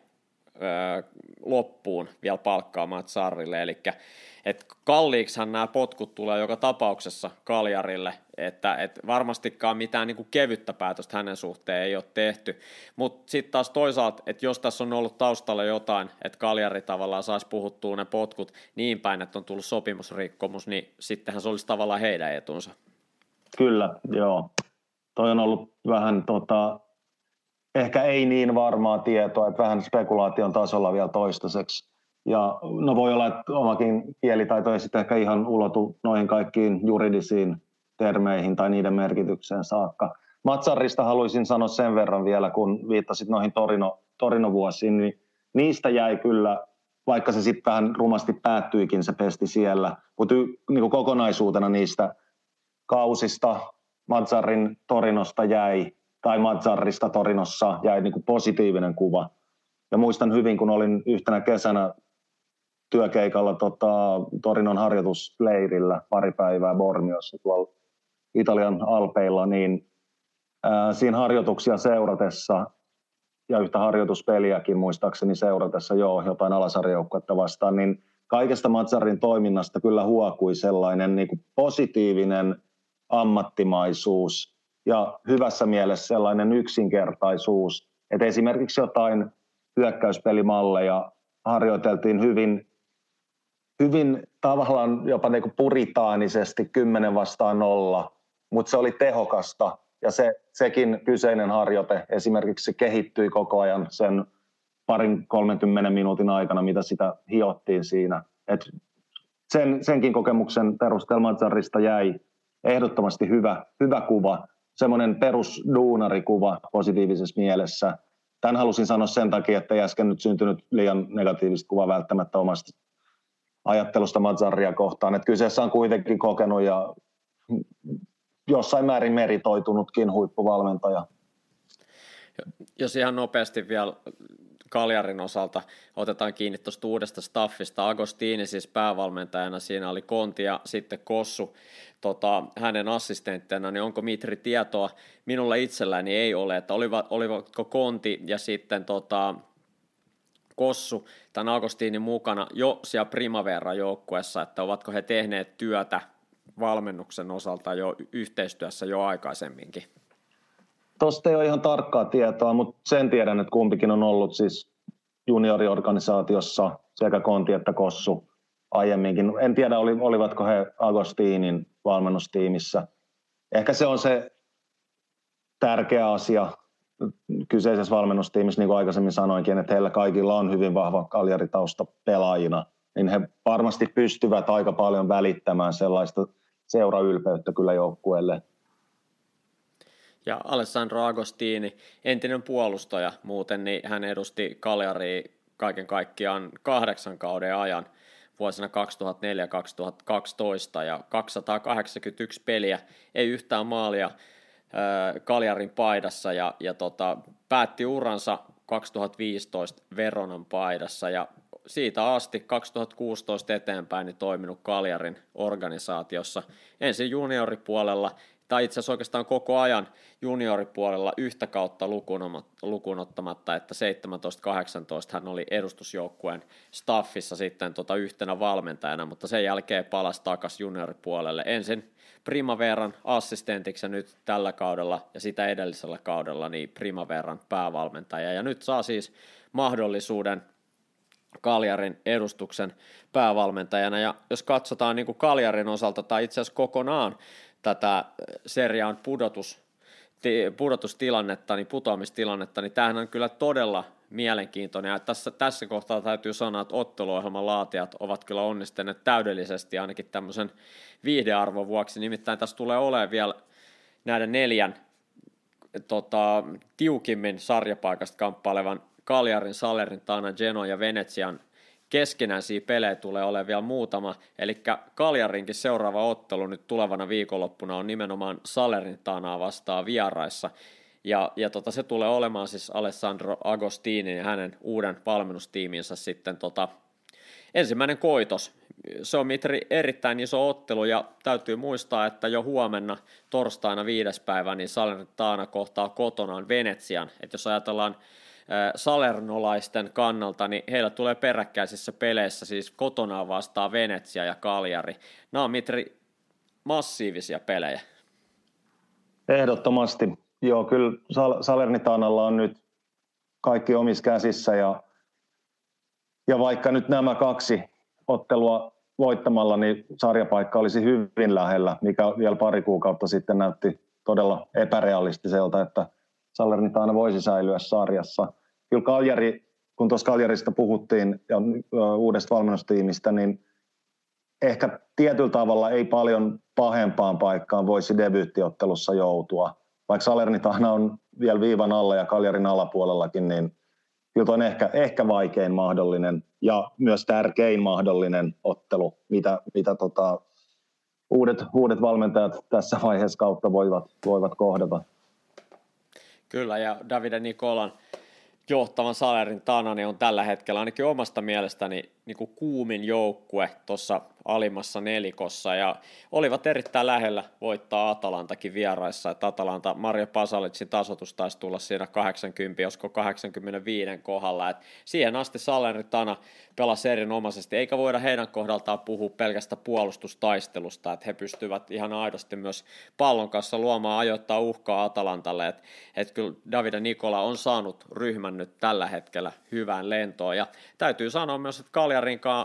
loppuun vielä palkkaa Mazzarrille, eli että kalliiksihan nämä potkut tulee joka tapauksessa Cagliarille, että et varmastikaan mitään niin kuin kevyttä päätöstä hänen suhteen ei ole tehty, mutta sitten taas toisaalta, että jos tässä on ollut taustalla jotain, että Cagliari tavallaan saisi puhuttua ne potkut niin päin, että on tullut sopimusrikkomus, niin sittenhän se olisi tavallaan heidän etunsa. Kyllä, joo. Toi on ollut vähän tota ehkä ei niin varmaa tietoa, että vähän spekulaation tasolla vielä toistaiseksi. Ja no voi olla, että omakin kielitaito ei sitten ehkä ihan ulotu noihin kaikkiin juridisiin termeihin tai niiden merkitykseen saakka. Mazzarrista haluaisin sanoa sen verran vielä, kun viittasit noihin Torino, Torino-vuosiin, niin niistä jäi kyllä, vaikka se sitten vähän rumasti päättyikin se pesti siellä, mutta niin kokonaisuutena niistä kausista Mazzarrin Torinosta jäi, tai Mazzarrista Torinossa jäi niin kuin positiivinen kuva. Ja muistan hyvin, kun olin yhtenä kesänä työkeikalla tota, Torinon harjoitusleirillä pari päivää Bormiossa tuolla Italian Alpeilla, niin ää, siinä harjoituksia seuratessa ja yhtä harjoituspeliäkin muistaakseni seuratessa joo, jotain alasarjoukkuetta vastaan, niin kaikesta Mazzarrin toiminnasta kyllä huokui sellainen niin kuin positiivinen ammattimaisuus, ja hyvässä mielessä sellainen yksinkertaisuus, että esimerkiksi jotain hyökkäyspelimalleja harjoiteltiin hyvin, hyvin tavallaan jopa niin kuin puritaanisesti kymmenen vastaan nolla, mutta se oli tehokasta ja se, sekin kyseinen harjoite esimerkiksi kehittyi koko ajan sen parin kolmenkymmenen minuutin aikana, mitä sitä hiottiin siinä. Et sen, senkin kokemuksen perusteella Mazzarrista jäi ehdottomasti hyvä, hyvä kuva. Semmoinen perusduunarikuva positiivisessa mielessä. Tämän halusin sanoa sen takia, että ei äsken nyt syntynyt liian negatiivista kuvaa välttämättä omasta ajattelusta Mazzarria kohtaan. Että kyseessä on kuitenkin kokenut ja jossain määrin meritoitunutkin huippuvalmentaja. Jos ihan nopeasti vielä Cagliarin osalta otetaan kiinni tuosta uudesta staffista. Agostini siis päävalmentajana, siinä oli Conti ja sitten Kossu tota, hänen assistenttina, niin onko Mitri tietoa? Minulla itselläni ei ole, että olivat, olivatko Conti ja sitten tota, Kossu tämän Agostinin mukana jo siellä Primavera-joukkuessa, että ovatko he tehneet työtä valmennuksen osalta jo yhteistyössä jo aikaisemminkin? Tuosta ei ole ihan tarkkaa tietoa, mutta sen tiedän, että kumpikin on ollut siis junioriorganisaatiossa sekä Conti että Kossu aiemminkin. En tiedä, oli, olivatko he Agostinin valmennustiimissä. Ehkä se on se tärkeä asia kyseisessä valmennustiimissä, niin kuin aikaisemmin sanoinkin, että heillä kaikilla on hyvin vahva Cagliari-tausta pelaajina, niin he varmasti pystyvät aika paljon välittämään sellaista seuraylpeyttä kyllä joukkueelle. Ja Alessandro Agostini, entinen puolustaja muuten, niin hän edusti Cagliaria kaiken kaikkiaan kahdeksan kauden ajan vuosina kaksituhattaneljä kaksituhattakaksitoista ja kaksisataakahdeksankymmentäyksi peliä, ei yhtään maalia Cagliarin paidassa ja, ja tota, päätti uransa kaksituhattaviisitoista Veronan paidassa ja siitä asti kaksituhattakuusitoista eteenpäin niin toiminut Cagliarin organisaatiossa ensin junioripuolella tai itse asiassa oikeastaan koko ajan junioripuolella yhtä kautta lukuun ottamatta, että seitsemäntoista kahdeksantoista hän oli edustusjoukkueen staffissa sitten tota yhtenä valmentajana, mutta sen jälkeen palasi takaisin junioripuolelle. Ensin Primaveran assistentiksi ja nyt tällä kaudella ja sitä edellisellä kaudella niin Primaveran päävalmentaja. Ja nyt saa siis mahdollisuuden Cagliarin edustuksen päävalmentajana. Ja jos katsotaan niin kuin Cagliarin osalta tai itse asiassa kokonaan tätä seriaan pudotus, pudotustilannetta, niin putoamistilannetta, niin tämähän on kyllä todella mielenkiintoinen. Ja tässä, tässä kohtaa täytyy sanoa, että otteluohjelman laatijat ovat kyllä onnistuneet täydellisesti ainakin tämmöisen viihdearvon vuoksi. Nimittäin tässä tulee olemaan vielä näiden neljän tota, tiukimmin sarjapaikasta kamppailevan Cagliarin, Salernitana, Genoan ja Venetsian keskenäisiä pelejä tulee olemaan vielä muutama, eli Cagliarinkin seuraava ottelu nyt tulevana viikonloppuna on nimenomaan Salernitanaa vastaan vieraissa, ja, ja tota, se tulee olemaan siis Alessandro Agostinin ja hänen uuden valmennustiiminsä sitten tota, ensimmäinen koitos. Se on Mitri erittäin iso ottelu, ja täytyy muistaa, että jo huomenna torstaina viides päivä, niin Salernitana kohtaa kotonaan Venetsian, että jos ajatellaan salernolaisten kannalta, niin heillä tulee peräkkäisissä peleissä siis kotonaan vastaan Venetsia ja Cagliari. Nämä on, Mitri, massiivisia pelejä. Ehdottomasti. Joo, kyllä Salernitanalla on nyt kaikki omissa käsissä, ja, ja vaikka nyt nämä kaksi ottelua voittamalla, niin sarjapaikka olisi hyvin lähellä, mikä vielä pari kuukautta sitten näytti todella epärealistiselta, että Salernitana voisi säilyä sarjassa. Kyllä Cagliari, kun tuossa Cagliarista puhuttiin ja uudesta valmennustiimistä, niin ehkä tietyllä tavalla ei paljon pahempaan paikkaan voisi debyyttiottelussa joutua. Vaikka Salernitana on vielä viivan alla ja Cagliarin alapuolellakin, niin kyllä on ehkä, ehkä vaikein mahdollinen ja myös tärkein mahdollinen ottelu, mitä, mitä tota, uudet, uudet valmentajat tässä vaiheessa kautta voivat, voivat kohdata. Kyllä, ja Davide Nicolan johtavan Salernitana niin on tällä hetkellä ainakin omasta mielestäni niin kuin kuumin joukkue tuossa alimmassa nelikossa, ja olivat erittäin lähellä voittaa Atalantakin vieraissa, että Atalanta, Mario Pasalicin tasoitus taisi tulla siinä kahdeksankymmentä, josko kahdeksankymmentäviisi kohdalla, että siihen asti Salernitana pelasi erinomaisesti, eikä voida heidän kohdaltaan puhua pelkästä puolustustaistelusta, että he pystyvät ihan aidosti myös pallon kanssa luomaan ajoittaa uhkaa Atalantalle, että, että kyllä Davide Nicola on saanut ryhmän nyt tällä hetkellä hyvään lentoon, ja täytyy sanoa myös, että Cagliarinkaan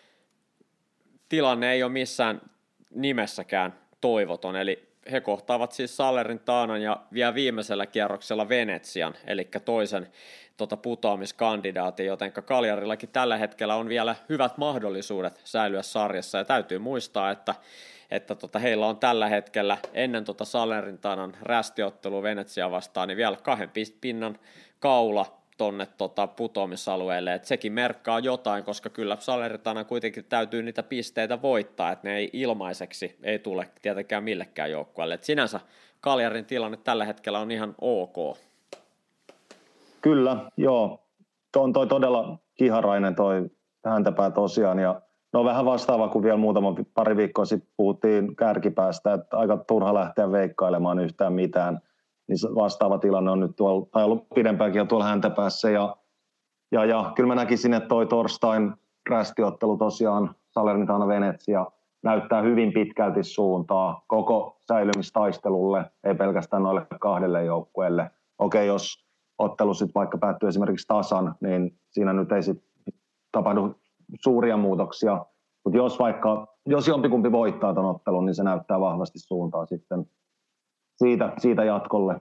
tilanne ei ole missään nimessäkään toivoton, eli he kohtaavat siis Salernitanan ja vielä viimeisellä kierroksella Venetsian, eli toisen tota, putoamiskandidaatin, joten Cagliarillakin tällä hetkellä on vielä hyvät mahdollisuudet säilyä sarjassa, ja täytyy muistaa, että, että tota, heillä on tällä hetkellä ennen tota Salernitanan rästiottelu Venetsia vastaan, niin vielä kahden pinnan kaula tuonne tota, putoamisalueelle, että sekin merkkaa jotain, koska kyllä Salernitana kuitenkin täytyy niitä pisteitä voittaa, että ne ei ilmaiseksi ei tule tietenkään millekään joukkueelle, että sinänsä Cagliarin tilanne tällä hetkellä on ihan ok. Kyllä, joo. On toi todella kiharainen toi häntäpää tosiaan, ja no vähän vastaava kuin vielä muutama pari viikkoa sitten puhuttiin kärkipäästä, että aika turha lähteä veikkailemaan yhtään mitään. Niin vastaava tilanne on nyt tuolla, tai ollut pidempäänkin jo tuolla häntäpäässä, ja, ja, ja kyllä mä näkisin, että toi torstain rästiottelu tosiaan Salernitana Venetsia näyttää hyvin pitkälti suuntaa koko säilymistaistelulle, ei pelkästään noille kahdelle joukkueelle. Okei, jos ottelu sitten vaikka päättyy esimerkiksi tasan, niin siinä nyt ei sitten tapahdu suuria muutoksia, Mutta jos vaikka, jos jompikumpi voittaa ton ottelun, niin se näyttää vahvasti suuntaa sitten siitä, siitä jatkolle.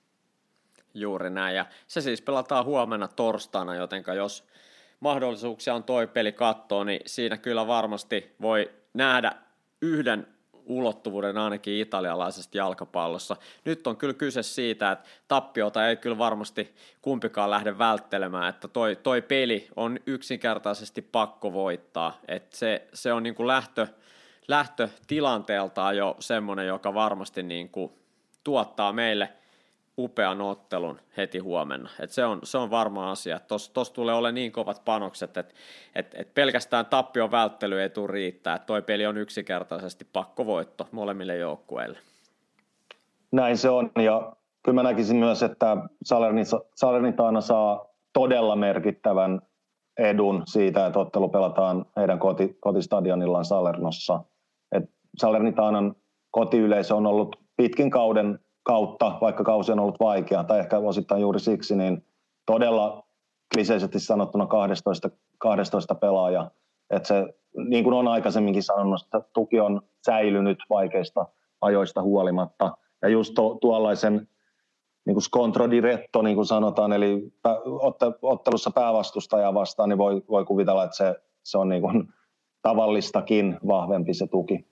Juuri näin, ja se siis pelataan huomenna torstaina, jotenka jos mahdollisuuksia on toi peli katsoa, niin siinä kyllä varmasti voi nähdä yhden ulottuvuuden ainakin italialaisesta jalkapallossa. Nyt on kyllä kyse siitä, että tappiota ei kyllä varmasti kumpikaan lähde välttelemään, että toi, toi peli on yksinkertaisesti pakko voittaa, että se, se on niin kuin lähtö, lähtötilanteeltaan jo semmoinen, joka varmasti niin kuin tuottaa meille upean ottelun heti huomenna. Et se, on, se on varma asia. Tuossa tulee olemaan niin kovat panokset, että et, et pelkästään tappion välttely ei tule riittää. Et toi peli on yksinkertaisesti pakkovoitto molemmille joukkueille. Näin se on, ja kyllä mä näkisin myös, että Salernitana saa todella merkittävän edun siitä, että ottelu pelataan heidän koti, kotistadionillaan Salernossa. Et Salernitanan kotiyleisö on ollut pitkin kauden kautta, vaikka kausi on ollut vaikea, tai ehkä osittain juuri siksi, niin todella kliseisesti sanottuna kaksitoista, kaksitoista pelaaja. Että se, niin kuin on aikaisemminkin sanonut, että tuki on säilynyt vaikeista ajoista huolimatta. Ja just to, tuollaisen niin kuin scontro diretto, niin kuin sanotaan, eli ottelussa päävastustajaa vastaan, niin voi, voi kuvitella, että se, se on niin kuin tavallistakin vahvempi se tuki.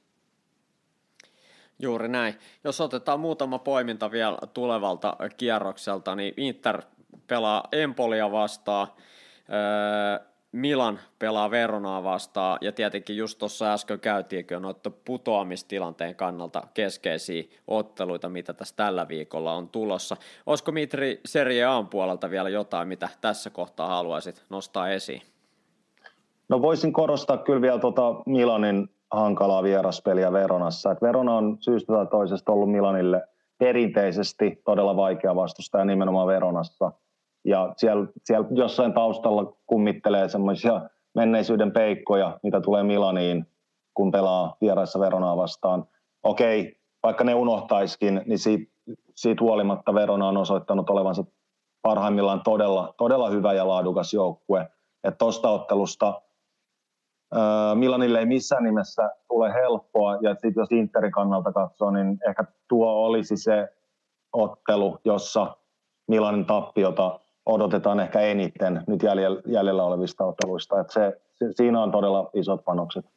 Juuri näin. Jos otetaan muutama poiminta vielä tulevalta kierrokselta, niin Inter pelaa Empolia vastaan, Milan pelaa Veronaa vastaan, ja tietenkin just tuossa äsken käytiinkö noita putoamistilanteen kannalta keskeisiä otteluita, mitä tässä tällä viikolla on tulossa. Olisiko Mitri Serie A:n puolelta vielä jotain, mitä tässä kohtaa haluaisit nostaa esiin? No voisin korostaa kyllä vielä tuota Milanin hankalaa vieraspeliä Veronassa. Et Verona on syystä tai toisesta ollut Milanille perinteisesti todella vaikea vastustaja nimenomaan Veronassa. Ja siellä, siellä jossain taustalla kummittelee semmoisia menneisyyden peikkoja, mitä tulee Milaniin, kun pelaa vieraissa Veronaa vastaan. Okei, vaikka ne unohtaisikin, niin siitä, siitä huolimatta Verona on osoittanut olevansa parhaimmillaan todella, todella hyvä ja laadukas joukkue. Että tuosta ottelusta Milanille ei missään nimessä tule helppoa, ja sitten jos Interin kannalta katsoo, niin ehkä tuo olisi se ottelu, jossa Milanin tappiota odotetaan ehkä eniten nyt jäljellä, jäljellä olevista otteluista. Et se, se, siinä on todella isot panokset.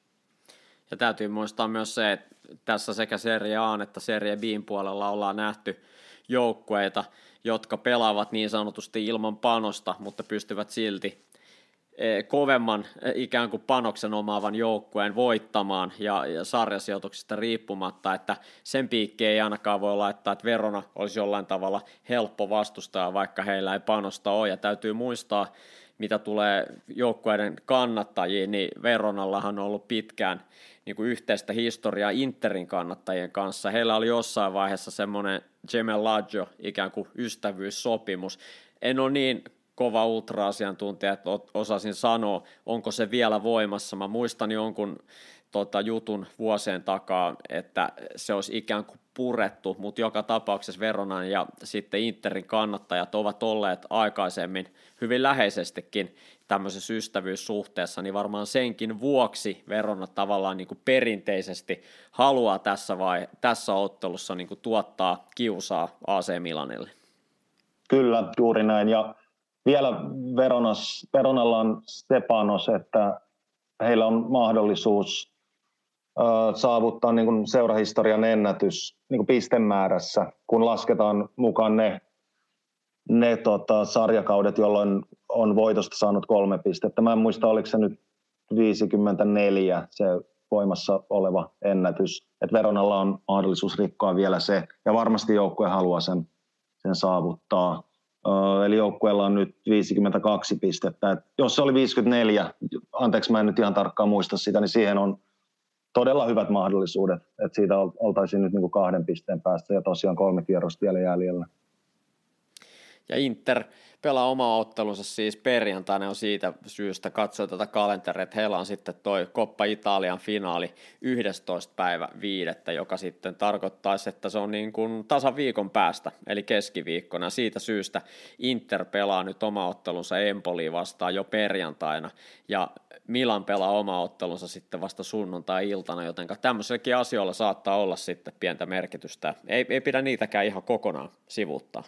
Ja täytyy muistaa myös se, että tässä sekä Serie A että Serie B:n puolella ollaan nähty joukkueita, jotka pelaavat niin sanotusti ilman panosta, mutta pystyvät silti kovemman ikään kuin panoksen omaavan joukkueen voittamaan ja, ja sarjasijoituksista riippumatta, että sen piikkiin ei ainakaan voi laittaa, että Verona olisi jollain tavalla helppo vastustaja, vaikka heillä ei panosta ole, ja täytyy muistaa, mitä tulee joukkueiden kannattajiin, niin Veronallahan on ollut pitkään niin kuin yhteistä historiaa Interin kannattajien kanssa. Heillä oli jossain vaiheessa semmoinen gemellaggio, ikään kuin ystävyyssopimus. En ole niin kova ultra-asiantuntija, että osasin sanoa, onko se vielä voimassa. Mä muistan jonkun tota, jutun vuosien takaa, että se olisi ikään kuin purettu, mutta joka tapauksessa Veronan ja sitten Interin kannattajat ovat olleet aikaisemmin hyvin läheisestikin tämmöisessä ystävyyssuhteessa, niin varmaan senkin vuoksi Verona tavallaan niin kuin perinteisesti haluaa tässä, vai, tässä ottelussa niin kuin tuottaa kiusaa A C Milanille. Kyllä, juuri näin, ja vielä Veronas, Veronalla on Stepanos, että heillä on mahdollisuus äh, saavuttaa niin kuin seurahistorian ennätys niin kuin pistemäärässä, kun lasketaan mukaan ne, ne tota, sarjakaudet, jolloin on voitosta saanut kolme pistettä. Mä en muista, oliko se nyt viisikymmentäneljä se voimassa oleva ennätys. Et Veronalla on mahdollisuus rikkoa vielä se, ja varmasti joukkue haluaa sen, sen saavuttaa. Eli joukkueella on nyt viisikymmentäkaksi pistettä. Et jos se oli viisikymmentäneljä, anteeksi mä en nyt ihan tarkkaan muista sitä, niin siihen on todella hyvät mahdollisuudet, että siitä oltaisiin nyt niin kuin kahden pisteen päästä ja tosiaan kolme kierrosta vielä jäljellä. Ja Inter pelaa oma ottelunsa siis perjantaina on siitä syystä katsoo tätä kalenteria, että heillä on sitten toi Coppa Italian finaali yhdestoista päivä viidettä, joka sitten tarkoittaisi, että se on niin kuin tasan viikon päästä, eli keskiviikkona. Siitä syystä Inter pelaa nyt oma ottelunsa Empoliin vastaan jo perjantaina, ja Milan pelaa oma ottelunsa sitten vasta sunnuntai-iltana, joten tämmöiselläkin asioilla saattaa olla sitten pientä merkitystä. Ei, ei pidä niitäkään ihan kokonaan sivuuttaa.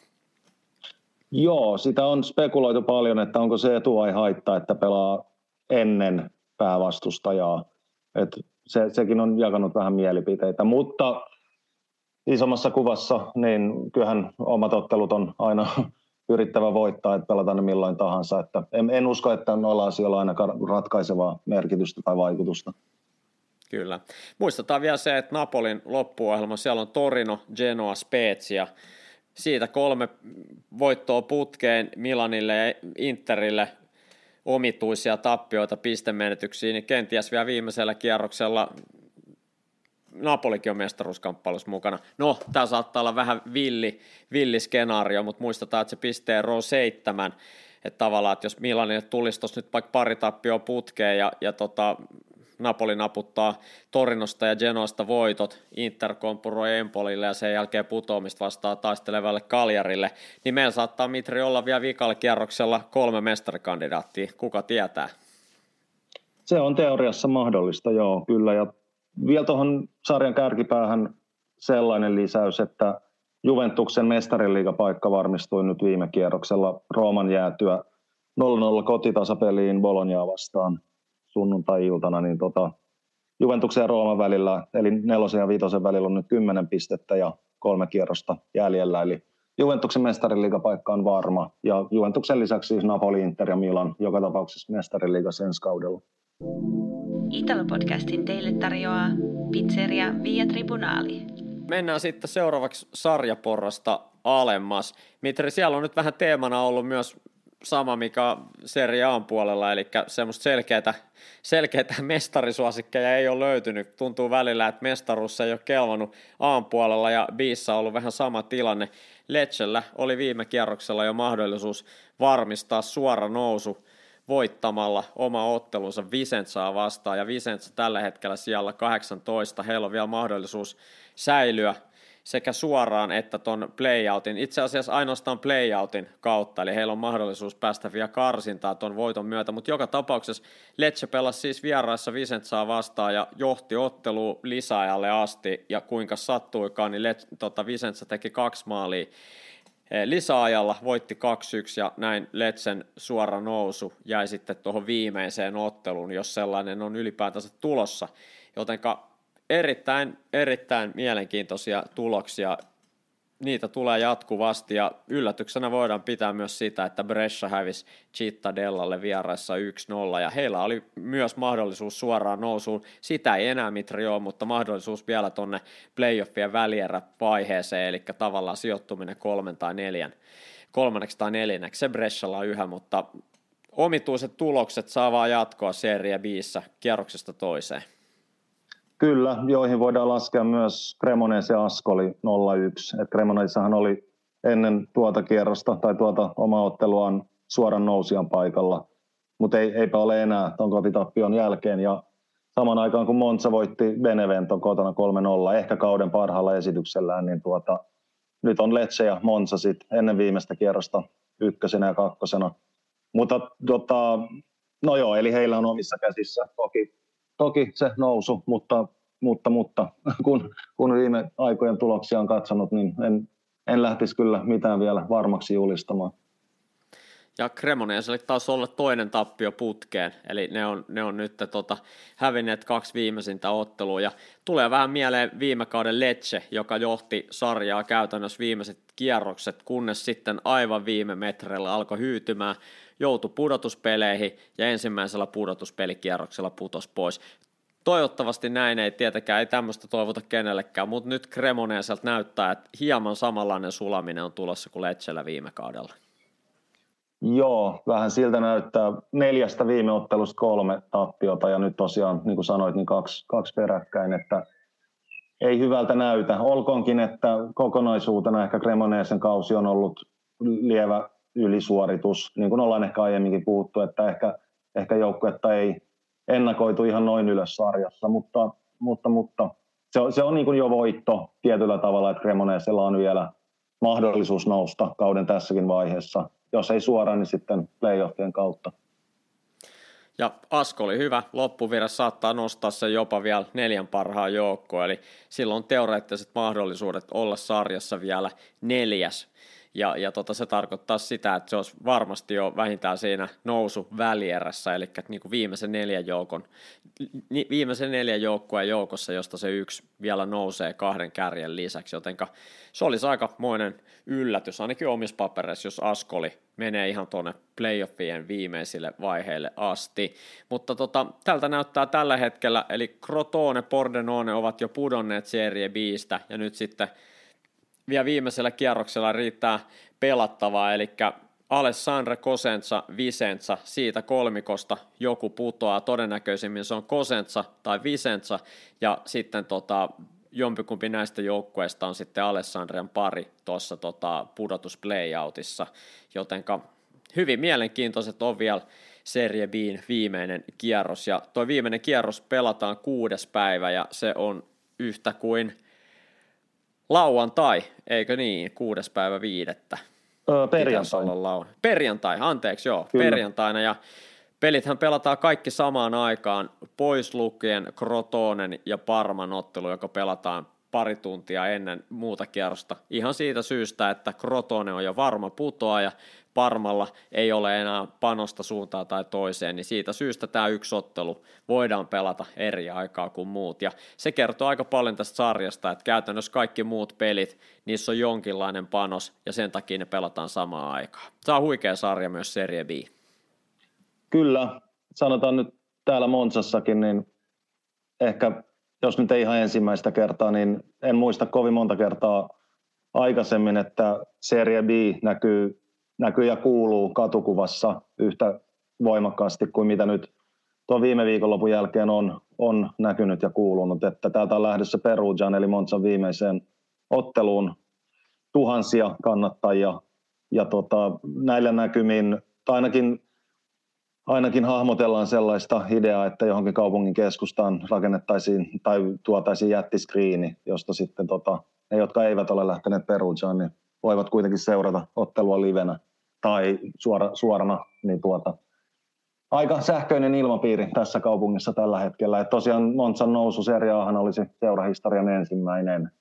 Joo, sitä on spekuloitu paljon, että onko se etu vai haitta, että pelaa ennen päävastustajaa. Et se, sekin on jakanut vähän mielipiteitä, mutta isommassa kuvassa niin kyllähän omat ottelut on aina yrittävä voittaa, että pelataan ne milloin tahansa. Että en, en usko, että noilla asioilla on aina ratkaisevaa merkitystä tai vaikutusta. Kyllä. Muistetaan vielä se, että Napolin loppuohjelma, siellä on Torino, Genoa, Spezia. Siitä kolme voittoa putkeen Milanille ja Interille omituisia tappioita pistemenetyksiin, niin kenties vielä viimeisellä kierroksella Napolikin on mestaruuskamppailussa mukana. No, tämä saattaa olla vähän villi, villi skenaario, mutta muistetaan, että se pisteen row seitsemän, että tavallaan, että jos Milanille tulisi tuossa nyt vaikka pari tappioa putkeen ja, ja tota, Napoli naputtaa Torinosta ja Genoasta voitot, Inter kompuroi Empolille ja sen jälkeen putoamista vastaan taistelevalle Cagliarille, niin meillä saattaa Mitri olla vielä viikalla kierroksella kolme mestarikandidaattia, kuka tietää? Se on teoriassa mahdollista, joo, kyllä, ja vielä tuohon sarjan kärkipäähän sellainen lisäys, että Juventuksen mestariliigapaikka varmistui nyt viime kierroksella Rooman jäätyä nolla nolla kotitasapeliin Bolognaa vastaan sunnuntai-iltana, niin tota, Juventuksen ja Rooman välillä, eli nelosen ja viitosen välillä on nyt kymmenen pistettä ja kolme kierrosta jäljellä, eli Juventuksen mestariliigapaikka on varma, ja Juventuksen lisäksi siis Napoli, Inter ja Milan joka tapauksessa mestariliigassa ensi kaudella. Italo-podcastin teille tarjoaa Pizzeria Via Tribunali. Mennään sitten seuraavaksi sarjaporrasta alemmas. Mitri, siellä on nyt vähän teemana ollut myös sama, mikä Serie A:n puolella, eli semmoista selkeätä, selkeätä mestarisuosikkeja ei ole löytynyt. Tuntuu välillä, että mestaruus ei ole kelvannut A:n puolella ja B:ssä on ollut vähän sama tilanne. Lecceellä oli viime kierroksella jo mahdollisuus varmistaa suora nousu voittamalla oma ottelunsa Vicenzaa vastaan, ja Vicenza tällä hetkellä siellä kahdeksantoista. Heillä on vielä mahdollisuus säilyä sekä suoraan että ton playoutin, itse asiassa ainoastaan playoutin kautta, eli heillä on mahdollisuus päästä vielä karsintaan ton voiton myötä, mutta joka tapauksessa Lecce pelasi siis vieraissa Vicenzaa vastaan ja johti ottelua lisäajalle asti, ja kuinka sattuikaan, niin Lecce, tota, Vicenza teki kaksi maalia lisäajalla, voitti kaksi yksi, ja näin Leccen suora nousu jäi sitten tuohon viimeiseen otteluun, jos sellainen on ylipäätänsä tulossa, jotenka erittäin, erittäin mielenkiintoisia tuloksia, niitä tulee jatkuvasti, ja yllätyksenä voidaan pitää myös sitä, että Brescia hävisi Cittadellalle vieraissa yksi nolla, ja heillä oli myös mahdollisuus suoraan nousuun, sitä ei enää Mitri ole, mutta mahdollisuus vielä tuonne playoffien välierävaiheeseen, eli tavallaan sijoittuminen kolmen tai neljän, kolmanneksi tai neljänneksi, se Brescialla on yhä, mutta omituiset tulokset saa vaan jatkoa Serie B:ssä kierroksesta toiseen. Kyllä, joihin voidaan laskea myös Cremonese ja Ascoli nolla yksi. Cremonesehan oli ennen tuota kierrosta tai tuota omaa otteluaan suoran nousijan paikalla, mutta ei, eipä ole enää tuon kotitappion jälkeen. Ja saman aikaan kun Monza voitti Benevento kotona kolme nolla, ehkä kauden parhaalla esityksellään, niin tuota, nyt on Lecce ja Monza sit ennen viimeistä kierrosta ykkösenä ja kakkosena. Mutta tota, no joo, eli heillä on omissa käsissä toki. Toki se nousu, mutta, mutta, mutta kun, kun viime aikojen tuloksia on katsonut, niin en, en lähtisi kyllä mitään vielä varmaksi julistamaan. Ja Cremoneselle taas olla toinen tappio putkeen, eli ne on, ne on nyt tota, hävinneet kaksi viimeisintä ottelua, ja tulee vähän mieleen viime kauden Lecce, joka johti sarjaa käytännössä viimeiset kierrokset, kunnes sitten aivan viime metreillä alkoi hyytymään, joutui pudotuspeleihin ja ensimmäisellä pudotuspelikierroksella putosi pois. Toivottavasti näin ei tietenkään, ei tämmöistä toivota kenellekään, mutta nyt Cremoneselta näyttää, että hieman samanlainen sulaminen on tulossa kuin Lecceellä viime kaudella. Joo, vähän siltä näyttää. Neljästä viime ottelusta kolme tappiota ja nyt tosiaan, niin kuin sanoit, niin kaksi, kaksi peräkkäin, että ei hyvältä näytä. Olkoonkin, että kokonaisuutena ehkä Cremonesen kausi on ollut lievä ylisuoritus, niin kuin ollaan ehkä aiemminkin puhuttu, että ehkä, ehkä joukkuetta ei ennakoitu ihan noin ylös sarjassa, mutta, mutta, mutta se on, se on niin kuin jo voitto tietyllä tavalla, että Cremonesella on vielä mahdollisuus nousta kauden tässäkin vaiheessa. Jos ei suoraan, niin sitten playoffien kautta. Ja Asko oli hyvä. Loppuvirras saattaa nostaa sen jopa vielä neljän parhaan joukkoon, eli silloin on teoreettiset mahdollisuudet olla sarjassa vielä neljäs. Ja, ja tota, se tarkoittaa sitä, että se olisi varmasti jo vähintään siinä nousu välierässä, eli niin kuin viimeisen neljän joukon, viimeisen neljän joukkueen joukossa, josta se yksi vielä nousee kahden kärjen lisäksi, jotenka se olisi aikamoinen yllätys, ainakin omissa papereissa, jos Askoli menee ihan tuonne playoffien viimeisille vaiheille asti, mutta tota, tältä näyttää tällä hetkellä, eli Crotone, Pordenone ovat jo pudonneet Serie B:stä, ja nyt sitten vielä viimeisellä kierroksella riittää pelattavaa, eli Alessandro, Cosenza, Vicenza, siitä kolmikosta joku putoaa, todennäköisimmin se on Cosenza tai Vicenza, ja sitten tota, jompikumpi näistä joukkueista on sitten Alessandrian pari tuossa tota, pudotusplayoutissa, jotenka hyvin mielenkiintoiset on vielä Serie B:n viimeinen kierros, ja tuo viimeinen kierros pelataan kuudes päivä, ja se on yhtä kuin lauantai, eikö niin, kuudes päivä viidettä. Öö, perjantai. Perjantai, anteeksi, joo, Kyllä. perjantaina, ja pelithän pelataan kaikki samaan aikaan, pois lukien Crotonen ja Parman ottelu, joka pelataan pari tuntia ennen muuta kierrosta. Ihan siitä syystä, että Crotone on jo varma putoaja, Parmalla ei ole enää panosta suuntaan tai toiseen, niin siitä syystä tämä yksi ottelu voidaan pelata eri aikaa kuin muut. Ja se kertoo aika paljon tästä sarjasta, että käytännössä kaikki muut pelit, niissä on jonkinlainen panos, ja sen takia ne pelataan samaan aikaan. Tämä on huikea sarja myös Serie B. Kyllä, sanotaan nyt täällä Monzassakin, niin ehkä jos nyt ei ihan ensimmäistä kertaa, niin en muista kovin monta kertaa aikaisemmin, että Serie B näkyy, näkyy ja kuuluu katukuvassa yhtä voimakkaasti kuin mitä nyt tuon viime viikonlopun jälkeen on, on näkynyt ja kuulunut. Että täältä on lähdössä Perugian eli Monzan viimeiseen otteluun tuhansia kannattajia ja tota, näillä näkymin, tai ainakin Ainakin hahmotellaan sellaista ideaa, että johonkin kaupungin keskustaan rakennettaisiin tai tuotaisiin jättiskriini, josta sitten tota, ne, jotka eivät ole lähteneet Perugiaan, niin voivat kuitenkin seurata ottelua livenä tai suora, suorana. Niin tuota, aika sähköinen ilmapiiri tässä kaupungissa tällä hetkellä. Et tosiaan Monzan nousu Serie A:han olisi seurahistorian ensimmäinen.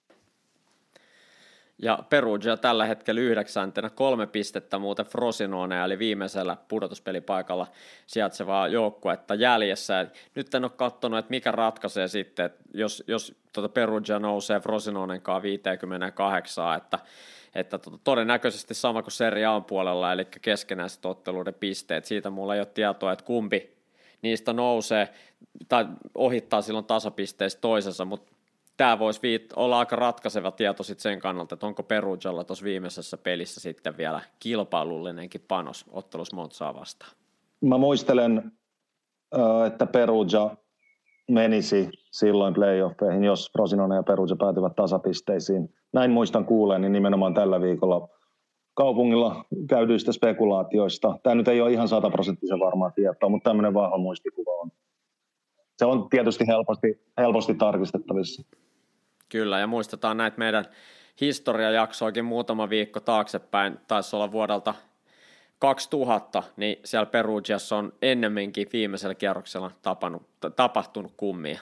Ja Perugia tällä hetkellä yhdeksäntenä, kolme pistettä muuten Frosinone, eli viimeisellä pudotuspelipaikalla sijaitsevaa joukkuetta jäljessä. Ja nyt en ole katsonut, että mikä ratkaisee sitten, että jos, jos tuota Perugia nousee Frosinonenkaan viisikymmentäkahdeksan, että, että tuota, todennäköisesti sama kuin Serie A:n puolella, eli keskenäiset otteluiden pisteet. Siitä mulla ei ole tietoa, että kumpi niistä nousee tai ohittaa silloin tasapisteistä toisensa, mutta tämä voisi olla aika ratkaiseva tieto sit sen kannalta, että onko Perugialla tuossa viimeisessä pelissä sitten vielä kilpailullinenkin panos ottelussa Monzaa vastaan. Mä muistelen, että Perugia menisi silloin playoffeihin, jos Frosinone ja Perugia päätyvät tasapisteisiin. Näin muistan kuuleen, niin nimenomaan tällä viikolla kaupungilla käydyistä spekulaatioista. Tämä nyt ei ole ihan sataprosenttisen varmaa tietoa, mutta tämmöinen vahva muistikuva on. Se on tietysti helposti, helposti tarkistettavissa. Kyllä, ja muistetaan näitä meidän historiajaksoakin muutama viikko taaksepäin, taisi olla vuodelta kaksituhatta, niin siellä Perugiassa on ennemminkin viimeisellä kierroksella tapanut, tapahtunut kummia.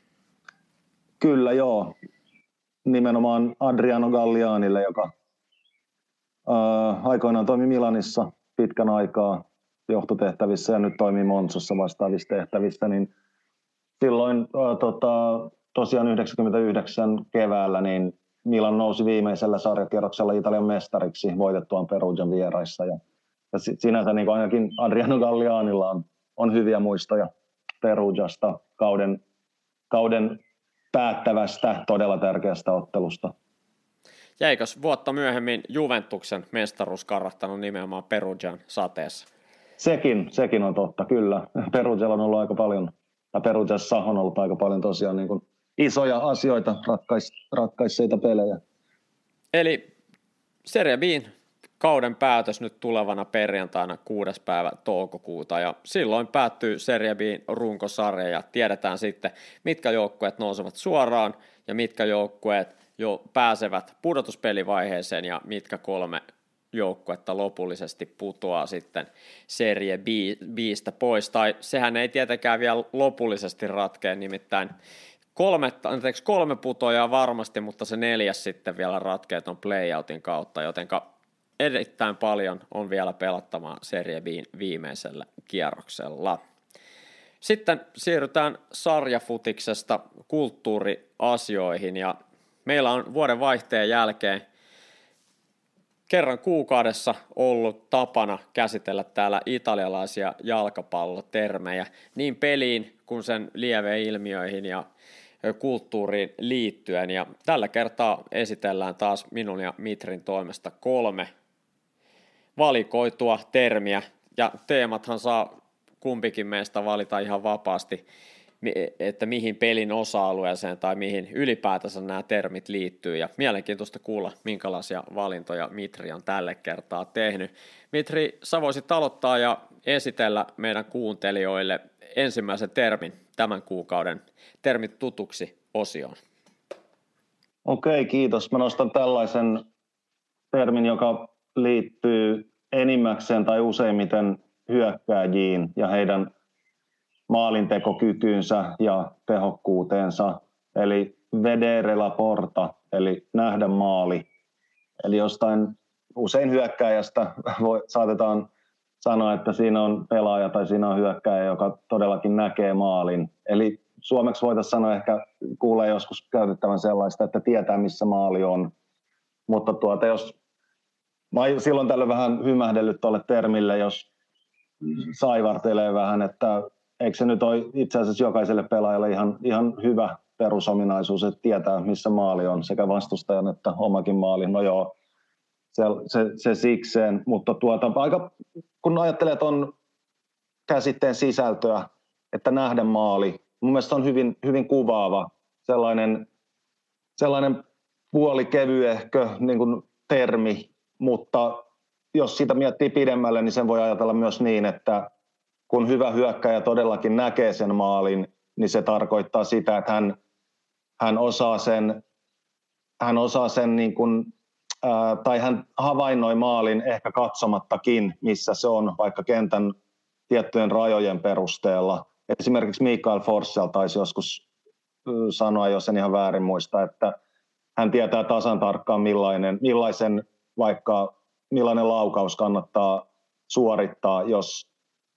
Kyllä, joo. Nimenomaan Adriano Gallianille, joka ää, aikoinaan toimi Milanissa pitkän aikaa johtotehtävissä ja nyt toimii Monzassa vastaavissa tehtävissä, niin silloin ää, tota, tosiaan yhdeksänkymmentäyhdeksän keväällä niin Milan nousi viimeisellä sarjakierroksella Italian mestariksi voitettuaan Perugian vieraissa. Ja, ja sinänsä niin ainakin Adriano Gallianilla on, on hyviä muistoja Perugiasta kauden, kauden päättävästä, todella tärkeästä ottelusta. Jäikös vuotta myöhemmin Juventuksen mestaruus karahtanut nimenomaan Perugian sateessa? Sekin, sekin on totta, kyllä. Perugialla on ollut aika paljon, tai Perugiassa on ollut aika paljon tosiaan niin kuin isoja asioita, ratkais, ratkaisseita pelejä. Eli Serie B:n kauden päätös nyt tulevana perjantaina kuudes päivä toukokuuta, ja silloin päättyy Serie B:n runkosarja, ja tiedetään sitten, mitkä joukkueet nousevat suoraan, ja mitkä joukkueet jo pääsevät pudotuspelivaiheeseen, ja mitkä kolme joukkuetta lopullisesti putoaa sitten Serie B, B:stä pois, tai sehän ei tietenkään vielä lopullisesti ratkea, nimittäin kolme, anteeksi, kolme putoajaa varmasti, mutta se neljäs sitten vielä ratkee tuon playoutin kautta, jotenka erittäin paljon on vielä pelattavaa Serie B:n viimeisellä kierroksella. Sitten siirrytään sarjafutiksesta kulttuuriasioihin, ja meillä on vuoden vaihteen jälkeen kerran kuukaudessa ollut tapana käsitellä täällä italialaisia jalkapallotermejä niin peliin kuin sen lieveilmiöihin ja kulttuuriin liittyen, ja tällä kertaa esitellään taas minun ja Mitrin toimesta kolme valikoitua termiä, ja teemathan saa kumpikin meistä valita ihan vapaasti, että mihin pelin osa-alueeseen tai mihin ylipäätänsä nämä termit liittyy, ja mielenkiintoista kuulla, minkälaisia valintoja Mitri on tälle kertaa tehnyt. Mitri, sä voisit aloittaa ja esitellä meidän kuuntelijoille ensimmäisen termin tämän kuukauden termit tutuksi -osioon. Okei, kiitos. Mä nostan tällaisen termin, joka liittyy enimmäkseen tai useimmiten hyökkääjiin ja heidän maalintekokykyynsä ja tehokkuuteensa, eli vedere la porta, eli nähdä maali. Eli jostain usein hyökkääjästä voi, saatetaan sanoa, että siinä on pelaaja tai siinä on hyökkääjä, joka todellakin näkee maalin. Eli suomeksi voitaisiin sanoa, ehkä kuulee joskus käytettävän sellaista, että tietää missä maali on. Mutta tuota, jos mä oon silloin tällöin vähän hymähdellyt tuolle termille, jos saivartelee vähän, että eikö se nyt ole itse asiassa jokaiselle pelaajalle ihan, ihan hyvä perusominaisuus, että tietää missä maali on, sekä vastustajan että omakin maali. No joo, se, se, se sikseen, mutta tuota, aika, kun ajattelee tuon käsitteen sisältöä, että nähdä maali, mun mielestä on hyvin, hyvin kuvaava sellainen, sellainen puolikevyehkö niin kuin termi, mutta jos sitä miettii pidemmälle, niin sen voi ajatella myös niin, että kun hyvä hyökkääjä todellakin näkee sen maalin, niin se tarkoittaa sitä, että hän, hän osaa sen, hän osaa sen niin kuin, ää, tai hän havainnoi maalin ehkä katsomattakin, missä se on, vaikka kentän tiettyjen rajojen perusteella. Esimerkiksi Mikael Forssell taisi joskus sanoa, jos en ihan väärin muista, että hän tietää tasan tarkkaan millainen, millaisen vaikka millainen laukaus kannattaa suorittaa, jos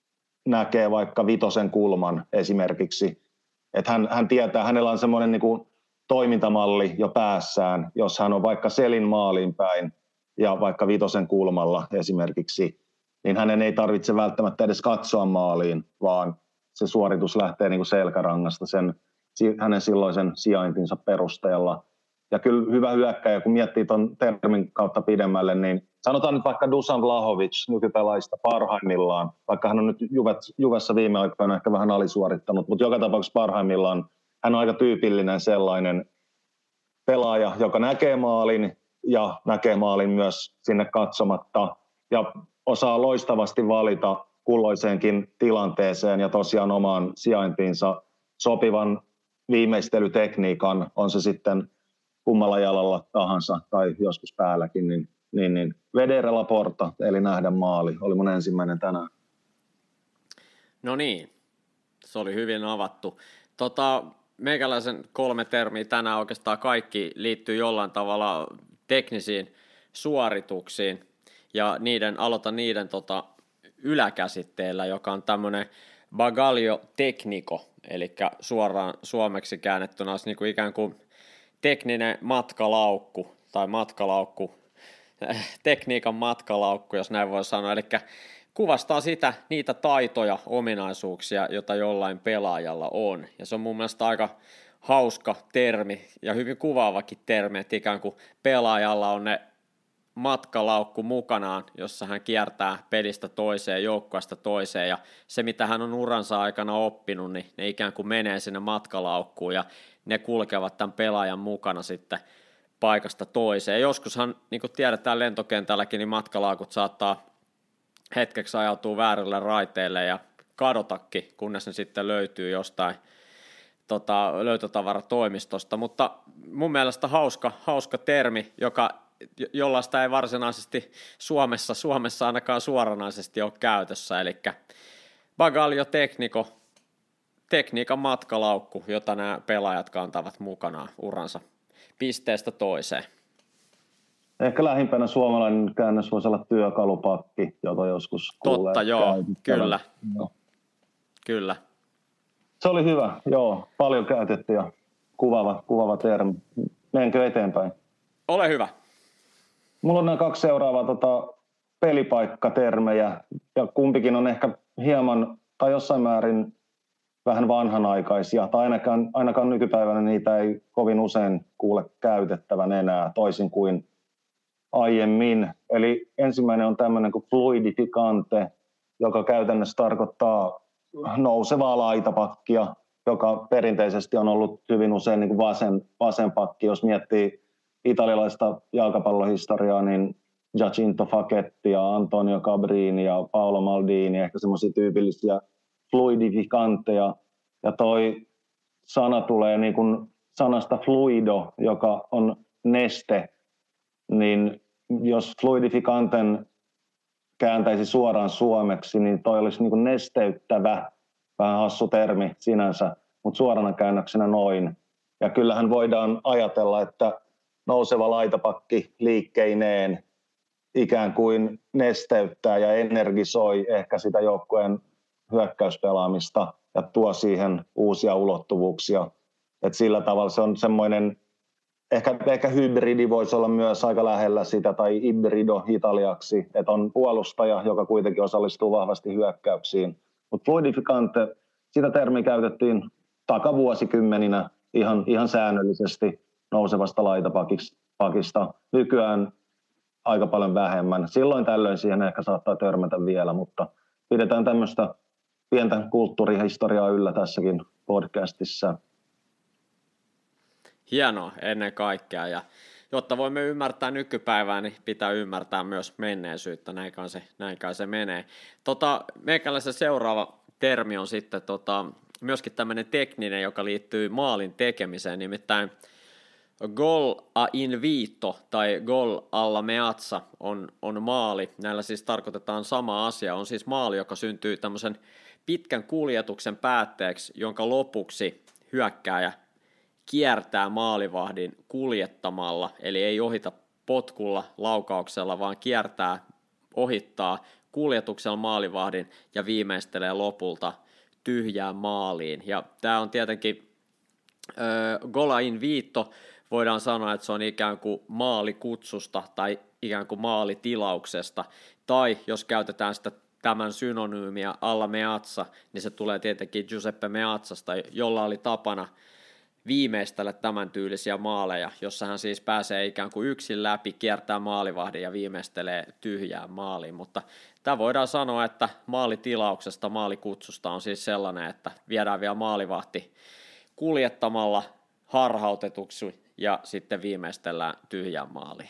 näkee vaikka vitosen kulman esimerkiksi. Että hän, hän tietää, hänellä on semmoinen niin kuin toimintamalli jo päässään, jos hän on vaikka selin maaliin päin ja vaikka vitosen kulmalla esimerkiksi, niin hänen ei tarvitse välttämättä edes katsoa maaliin, vaan se suoritus lähtee niin kuin selkärangasta sen, hänen silloisen sijaintinsa perusteella. Ja kyllä hyvä hyökkäjä, kun miettii tuon termin kautta pidemmälle, niin sanotaan nyt vaikka Dusan Vlahovic nykypelaajista parhaimmillaan, vaikka hän on nyt Juvessa viime aikoina ehkä vähän alisuorittanut, mutta joka tapauksessa parhaimmillaan hän on aika tyypillinen sellainen pelaaja, joka näkee maalin ja näkee maalin myös sinne katsomatta ja osaa loistavasti valita kulloiseenkin tilanteeseen ja tosiaan omaan sijaintiinsa sopivan viimeistelytekniikan, on se sitten kummalla jalalla tahansa tai joskus päälläkin, niin, niin, niin vedere la porta, eli nähdä maali, oli mun ensimmäinen tänään. No niin, se oli hyvin avattu. Tota, meikäläisen kolme termiä tänään oikeastaan kaikki liittyy jollain tavalla teknisiin suorituksiin, ja niiden, aloitan niiden tota, yläkäsitteellä, joka on tämmöinen bagaglio tecnico, eli suoraan suomeksi käännettynä olisi niin kuin ikään kuin tekninen matkalaukku tai matkalaukku, tekniikan matkalaukku, jos näin voi sanoa, eli kuvastaa sitä, niitä taitoja, ominaisuuksia, joita jollain pelaajalla on, ja se on mun mielestä aika hauska termi ja hyvin kuvaavakin termi, että ikään kuin pelaajalla on ne matkalaukku mukanaan, jossa hän kiertää pelistä toiseen, joukkueesta toiseen, ja se, mitä hän on uransa aikana oppinut, niin ne ikään kuin menee sinne matkalaukkuun, ja ne kulkevat tämän pelaajan mukana sitten paikasta toiseen. Joskushan, niin kuin tiedetään lentokentälläkin, niin matkalaukut saattaa hetkeksi ajautua väärille raiteille ja kadotakin, kunnes ne sitten löytyy jostain tota, löytötavaratoimistosta, mutta mun mielestä hauska, hauska termi, joka, jollaista ei varsinaisesti Suomessa, Suomessa ainakaan suoranaisesti ole käytössä, eli bagaglio tecnico, tekniikan matkalaukku, jota nämä pelaajat kantavat mukanaan uransa pisteestä toiseen. Ehkä lähimpänä suomalainen käännös voisi olla työkalupakki, jota joskus kuulee. Totta, joo, kyllä. No. Kyllä. Se oli hyvä, joo. Paljon käytetty ja kuvaava, kuvaava termi. Menenkö eteenpäin? Ole hyvä. Mulla on nämä kaksi seuraavaa tota, pelipaikkatermejä, ja kumpikin on ehkä hieman tai jossain määrin vähän vanhanaikaisia, tai ainakaan, ainakaan nykypäivänä niitä ei kovin usein kuule käytettävän enää, toisin kuin aiemmin. Eli ensimmäinen on tämmöinen kuin fluidificante, joka käytännössä tarkoittaa nousevaa laitapakkia, joka perinteisesti on ollut hyvin usein niin kuin vasen, vasen pakki. Jos miettii italialaista jalkapallohistoriaa, niin Giacinto Facchetti ja Antonio Cabrini ja Paolo Maldini, ehkä semmoisia tyypillisiä fluidificanteja. Ja toi sana tulee niin kuin sanasta fluido, joka on neste, niin jos fluidificanten kääntäisi suoraan suomeksi, niin toi olisi niin kuin nesteyttävä, vähän hassu termi sinänsä, mutta suorana käännöksenä noin. Ja kyllähän voidaan ajatella, että nouseva laitapakki liikkeineen ikään kuin nesteyttää ja energisoi ehkä sitä joukkueen hyökkäyspelaamista ja tuo siihen uusia ulottuvuuksia. Et sillä tavalla se on semmoinen, ehkä, ehkä hybridi voisi olla myös aika lähellä sitä, tai hybrido italiaksi, että on puolustaja, joka kuitenkin osallistuu vahvasti hyökkäyksiin. Mutta fluidificante, sitä termiä käytettiin takavuosikymmeninä ihan, ihan säännöllisesti nousevasta laitapakista. Nykyään aika paljon vähemmän. Silloin tällöin siihen ehkä saattaa törmätä vielä, mutta pidetään tämmöistä pientä kulttuurihistoriaa yllä tässäkin podcastissa. Hienoa ennen kaikkea, ja jotta voimme ymmärtää nykypäivää, niin pitää ymmärtää myös menneisyyttä, näinkään se, näinkään se menee. Tota, meikäläisen seuraava termi on sitten tota, myöskin tämmöinen tekninen, joka liittyy maalin tekemiseen, nimittäin gol a invito tai gol alla meazza on, on maali. Näillä siis tarkoitetaan sama asia. On siis maali, joka syntyy tämmöisen pitkän kuljetuksen päätteeksi, jonka lopuksi hyökkääjä kiertää maalivahdin kuljettamalla, eli ei ohita potkulla, laukauksella, vaan kiertää, ohittaa kuljetuksella maalivahdin ja viimeistelee lopulta tyhjään maaliin. Ja tämä on tietenkin äh, gola in vito, voidaan sanoa, että se on ikään kuin maalikutsusta tai ikään kuin maalitilauksesta, tai jos käytetään sitä tämän synonyymiä alla Meazza, niin se tulee tietenkin Giuseppe Meazzasta, jolla oli tapana viimeistellä tämän tyylisiä maaleja, jossa hän siis pääsee ikään kuin yksin läpi, kiertää maalivahdin ja viimeistelee tyhjään maaliin, mutta tämä voidaan sanoa, että maalitilauksesta, maalikutsusta on siis sellainen, että viedään vielä maalivahti kuljettamalla harhautetuksi ja sitten viimeistellään tyhjään maaliin.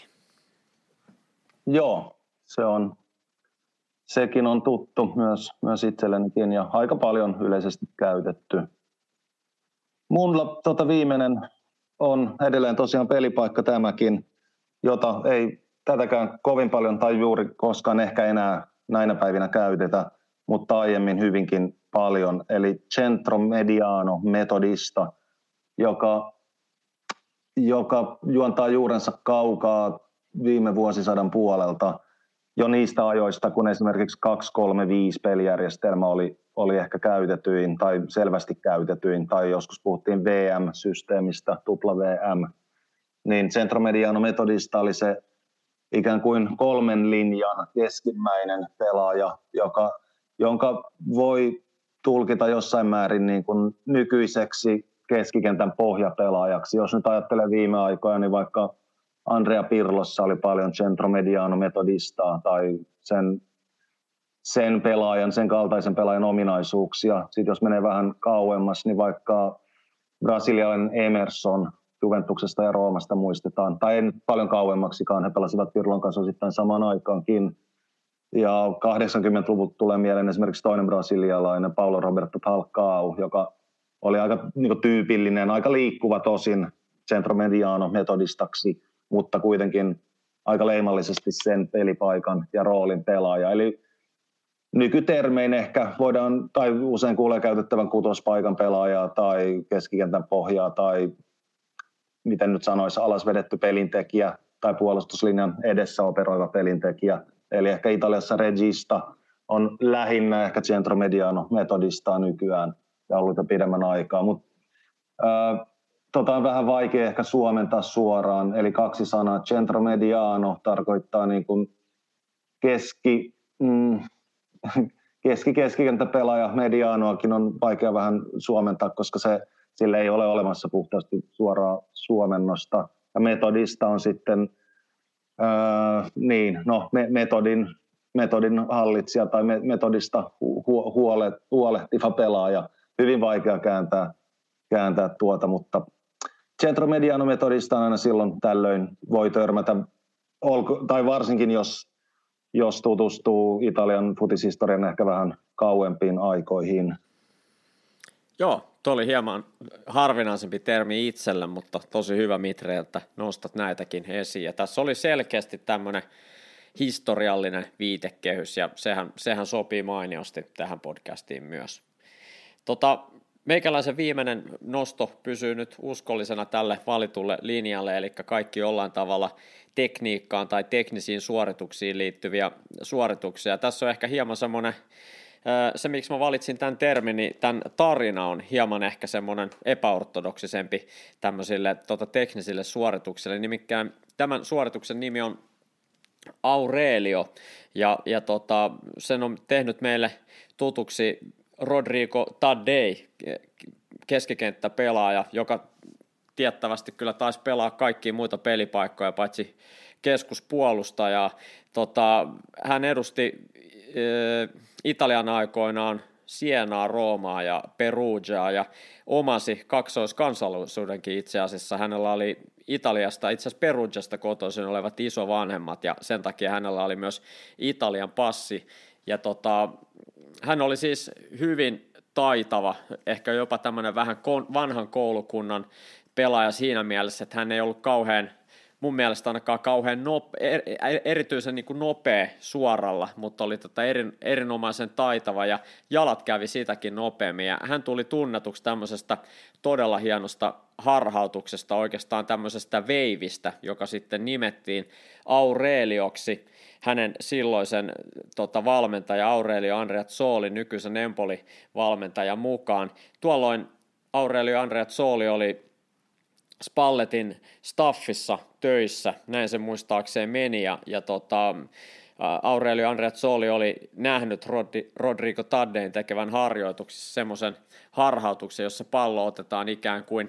Joo, se on, sekin on tuttu myös, myös itsellenikin ja aika paljon yleisesti käytetty. Mulla tota viimeinen on edelleen tosiaan pelipaikka tämäkin, jota ei tätäkään kovin paljon tai juuri koskaan ehkä enää näinä päivinä käytetä, mutta aiemmin hyvinkin paljon. Eli centro mediano metodista, joka, joka juontaa juurensa kaukaa viime vuosisadan puolelta jo niistä ajoista, kun esimerkiksi kaksi kolme viisi pelijärjestelmä oli, oli ehkä käytetyin tai selvästi käytetyin, tai joskus puhuttiin V M-systeemistä, W M, niin centro mediano metodista oli se ikään kuin kolmen linjan keskimmäinen pelaaja, joka, jonka voi tulkita jossain määrin niin kuin nykyiseksi keskikentän pohjapelaajaksi. Jos nyt ajattelee viime aikoina, niin vaikka Andrea Pirlossa oli paljon centro mediano metodistaa tai sen, sen pelaajan, sen kaltaisen pelaajan ominaisuuksia. Sitten jos menee vähän kauemmas, niin vaikka brasilialainen Emerson Juventuksesta ja Roomasta muistetaan, tai ei nyt paljon kauemmaksikaan, he pelasivat Pirlon kanssa osittain samaan aikaankin. Ja kahdeksankymmentäluvut tulee mieleen esimerkiksi toinen brasilialainen, Paulo Roberto Falcao, joka oli aika niin kuin tyypillinen, aika liikkuva tosin centromediano metodistaksi, mutta kuitenkin aika leimallisesti sen pelipaikan ja roolin pelaaja. Eli nykytermein ehkä voidaan, tai usein kuulee käytettävän kutospaikan pelaajaa tai keskikentän pohjaa tai miten nyt sanoisi, alas vedetty pelintekijä tai puolustuslinjan edessä operoiva pelintekijä. Eli ehkä Italiassa regista on lähinnä ehkä centromediano metodistaa nykyään ja ollut jo pidemmän aikaa, mutta äh, tota on vähän vaikea ehkä suomentaa suoraan, eli kaksi sanaa. Centromediano tarkoittaa niin kuin keski, mm, keski-keskikenttäpelaaja, medianoakin on vaikea vähän suomentaa, koska se, sille ei ole olemassa puhtaasti suoraa suomennosta. Ja metodista on sitten äh, niin, no, me, metodin, metodin hallitsija tai me, metodista hu, huole, huolehtiva pelaaja. Hyvin vaikea kääntää, kääntää tuota, mutta centromediano metodista aina silloin tällöin voi törmätä, tai varsinkin jos, jos tutustuu Italian futishistorian ehkä vähän kauempiin aikoihin. Joo, tuo oli hieman harvinaisempi termi itselle, mutta tosi hyvä Mitre, että nostat näitäkin esiin. Ja tässä oli selkeästi tämmöinen historiallinen viitekehys, ja sehän, sehän sopii mainiosti tähän podcastiin myös. Tota, meikäläisen viimeinen nosto pysyy nyt uskollisena tälle valitulle linjalle, eli kaikki jollain tavalla tekniikkaan tai teknisiin suorituksiin liittyviä suorituksia. Tässä on ehkä hieman semmoinen, se miksi mä valitsin tämän termin, niin tämän tarina on hieman ehkä semmoinen epäortodoksisempi tämmöisille tota, teknisille suorituksille, nimittäin tämän suorituksen nimi on Aurelio, ja, ja tota, sen on tehnyt meille tutuksi Rodrigo Taddei, keskikenttäpelaaja, joka tiettävästi kyllä taisi pelaa kaikkia muita pelipaikkoja paitsi keskuspuolustajaa. Tota, hän edusti e, Italian aikoinaan Sienaa, Roomaa ja Perugiaa ja omasi kaksoiskansallisuudenkin itse asiassa. Hänellä oli Italiasta, itse asiassa Perugiasta kotoisin olevat isovanhemmat ja sen takia hänellä oli myös Italian passi. Ja tota, hän oli siis hyvin taitava, ehkä jopa tämmöinen vähän vanhan koulukunnan pelaaja siinä mielessä, että hän ei ollut kauhean, mun mielestä ainakaan kauhean nope, erityisen niin kuin nopea suoralla, mutta oli tota erin, erinomaisen taitava ja jalat kävi sitäkin nopeammin. Ja hän tuli tunnetuksi tämmöisestä todella hienosta harhautuksesta, oikeastaan tämmöisestä veivistä, joka sitten nimettiin Aurelioksi hänen silloisen tota, valmentaja Aurelio Andreazzoli, nykyisen Empoli-valmentajan mukaan. Tuolloin Aurelio Andreazzoli oli Spalletin staffissa töissä, näin se muistaakseen meni, ja, ja tota, Aurelio Andreazzoli oli nähnyt Rod- Rodrigo Taddein tekevän harjoituksissa semmoisen harhautuksen, jossa pallo otetaan ikään kuin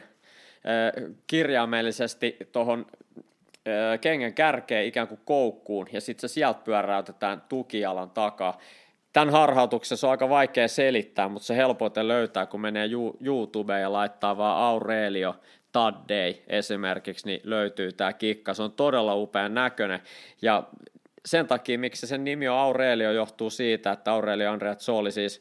äh, kirjaimellisesti tuohon äh, kengän kärkeen ikään kuin koukkuun, ja sitten se sieltä pyöräytetään tukijalan takaa. Tämän harhautuksen se on aika vaikea selittää, mutta se helpoiten löytää, kun menee YouTubeen ja laittaa vaan Aurelio Taddei esimerkiksi, niin löytyy tämä kikka. Se on todella upean näköinen, ja sen takia, miksi sen nimi on Aurelio, johtuu siitä, että Aurelio Andreazzoli siis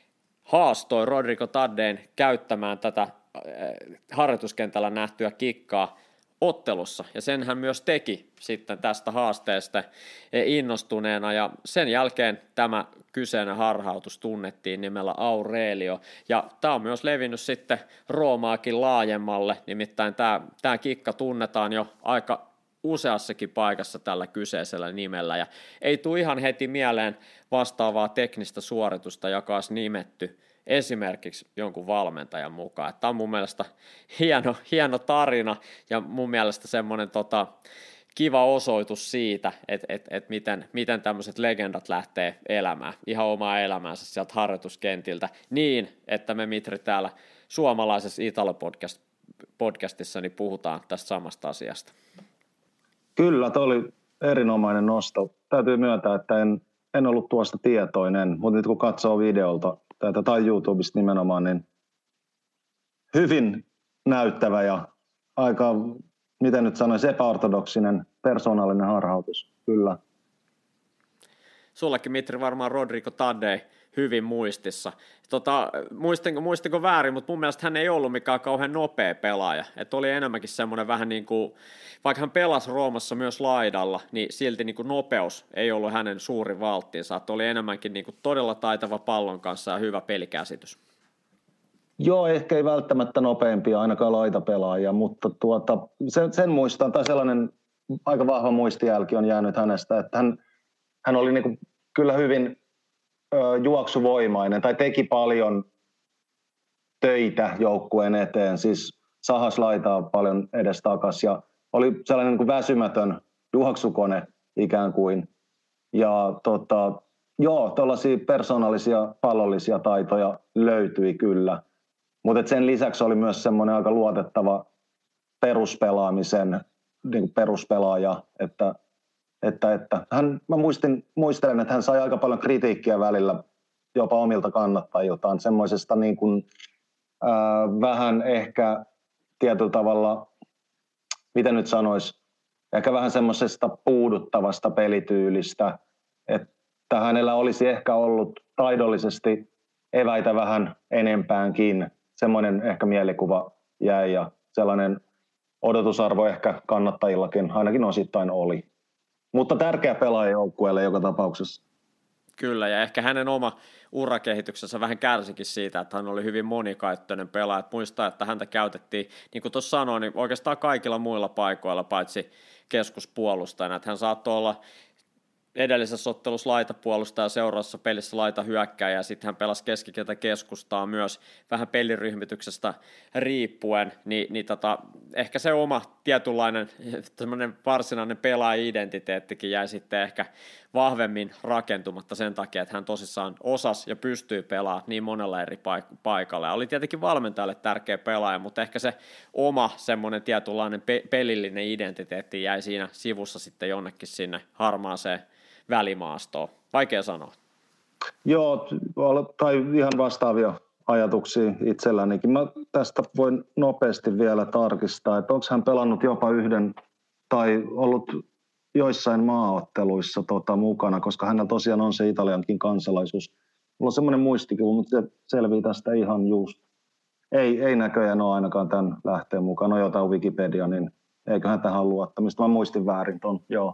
haastoi Rodrigo Taddein käyttämään tätä harjoituskentällä nähtyä kikkaa ottelussa, ja sen hän myös teki sitten tästä haasteesta innostuneena, ja sen jälkeen tämä kyseinen harhautus tunnettiin nimellä Aurelio, ja tämä on myös levinnyt sitten Roomaakin laajemmalle, nimittäin tämä, tämä kikka tunnetaan jo aika useassakin paikassa tällä kyseisellä nimellä, ja ei tule ihan heti mieleen vastaavaa teknistä suoritusta, joka olisi nimetty esimerkiksi jonkun valmentajan mukaan. Tämä on mun mielestä hieno, hieno tarina ja mun mielestä semmoinen tota, kiva osoitus siitä, että et, et miten, miten tämmöiset legendat lähtee elämään, ihan omaa elämäänsä sieltä harjoituskentiltä niin, että me Mitri täällä suomalaisessa Italo-podcastissa niin puhutaan tästä samasta asiasta. Kyllä, tuo oli erinomainen nosto. Täytyy myöntää, että en, en ollut tuosta tietoinen, mutta nyt kun katsoo videolta tai YouTubesta nimenomaan, niin hyvin näyttävä ja aika, miten nyt sanoisi, epäortodoksinen persoonallinen harhautus, kyllä. Sullekin, Mitri, varmaan Rodrigo Taddei hyvin muistissa. Tota, muistinko, muistinko väärin, mutta mun mielestä hän ei ollut mikään kauhean nopea pelaaja. Et oli enemmänkin semmoinen vähän niin kuin, vaikka hän pelasi Roomassa myös laidalla, niin silti niin kuin nopeus ei ollut hänen suuri valttinsa. Et oli enemmänkin niin kuin todella taitava pallon kanssa ja hyvä pelikäsitys. Joo, ehkä ei välttämättä nopeampia ainakaan laitapelaajia, mutta tuota, sen, sen muistan, tai sellainen aika vahva muistijälki on jäänyt hänestä, että hän, hän oli niin kuin kyllä hyvin ö, juoksuvoimainen tai teki paljon töitä joukkueen eteen, siis sahas laitaa paljon edestakas ja oli sellainen niin kuin väsymätön juoksukone ikään kuin. Ja tota, joo, tuollaisia persoonallisia pallollisia taitoja löytyi kyllä, mutta sen lisäksi oli myös semmoinen aika luotettava peruspelaamisen niin kuin peruspelaaja, että Että, että hän, mä muistin, muistelen, että hän sai aika paljon kritiikkiä välillä jopa omilta kannattajiltaan, semmoisesta niin kuin, ää, vähän ehkä tietyllä tavalla, miten nyt sanoisi, ehkä vähän semmoisesta puuduttavasta pelityylistä, että hänellä olisi ehkä ollut taidollisesti eväitä vähän enempäänkin, semmoinen ehkä mielikuva jäi ja sellainen odotusarvo ehkä kannattajillakin ainakin osittain oli. Mutta tärkeä pelaaja joukkueelle joka tapauksessa. Kyllä, ja ehkä hänen oma urakehityksensä vähän kärsikin siitä, että hän oli hyvin monikaittoinen pelaaja. Muistaa, että häntä käytettiin, niin kuin tuossa sanoin, niin oikeastaan kaikilla muilla paikoilla, paitsi keskuspuolustajana. Että hän saattoi olla edellisessä ottelussa laitapuolustaja, seuraavassa pelissä laita hyökkääjä, ja sitten hän pelasi keskikentä keskustaa myös vähän peliryhmityksestä riippuen, niin, niin tota, ehkä se oma tietynlainen varsinainen pelaaja-identiteettikin jäi sitten ehkä vahvemmin rakentumatta sen takia, että hän tosissaan osasi ja pystyy pelaamaan niin monella eri paik- paikalla. Ja oli tietenkin valmentajalle tärkeä pelaaja, mutta ehkä se oma semmoinen tietynlainen pe- pelillinen identiteetti jäi siinä sivussa sitten jonnekin sinne harmaaseen välimaastoon. Vaikea sanoa. Joo, tai ihan vastaavia ajatuksia itsellänikin. Mä tästä voin nopeasti vielä tarkistaa, että onko hän pelannut jopa yhden tai ollut joissain maaotteluissa tota, mukana, koska hänellä tosiaan on se Italiankin kansalaisuus. Mulla on semmoinen muistikin, mutta se selvii tästä ihan just. Ei, ei näköjään ole ainakaan tämän lähteen mukaan. No jotain Wikipedia, niin eiköhän tähän luottamista. Mä muistin väärin ton, joo.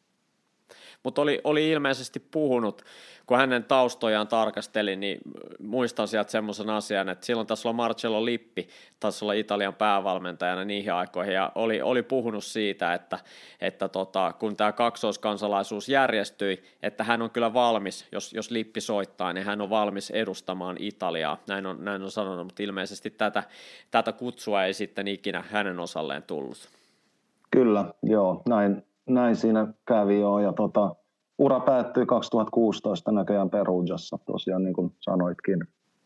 Mutta oli, oli ilmeisesti puhunut, kun hänen taustojaan tarkasteli, niin muistan sieltä semmoisen asian, että silloin taisi olla Marcello Lippi, taisi olla Italian päävalmentajana niihin aikoihin, ja oli, oli puhunut siitä, että, että tota, kun tämä kaksoiskansalaisuus järjestyi, että hän on kyllä valmis, jos, jos Lippi soittaa, niin hän on valmis edustamaan Italiaa, näin on, näin on sanonut, mutta ilmeisesti tätä, tätä kutsua ei sitten ikinä hänen osalleen tullut. Kyllä, joo, näin. Näin siinä kävi jo, ja tota, ura päättyi kaksituhattakuusitoista näköjään Perugiassa, tosiaan niin kuin sanoitkin.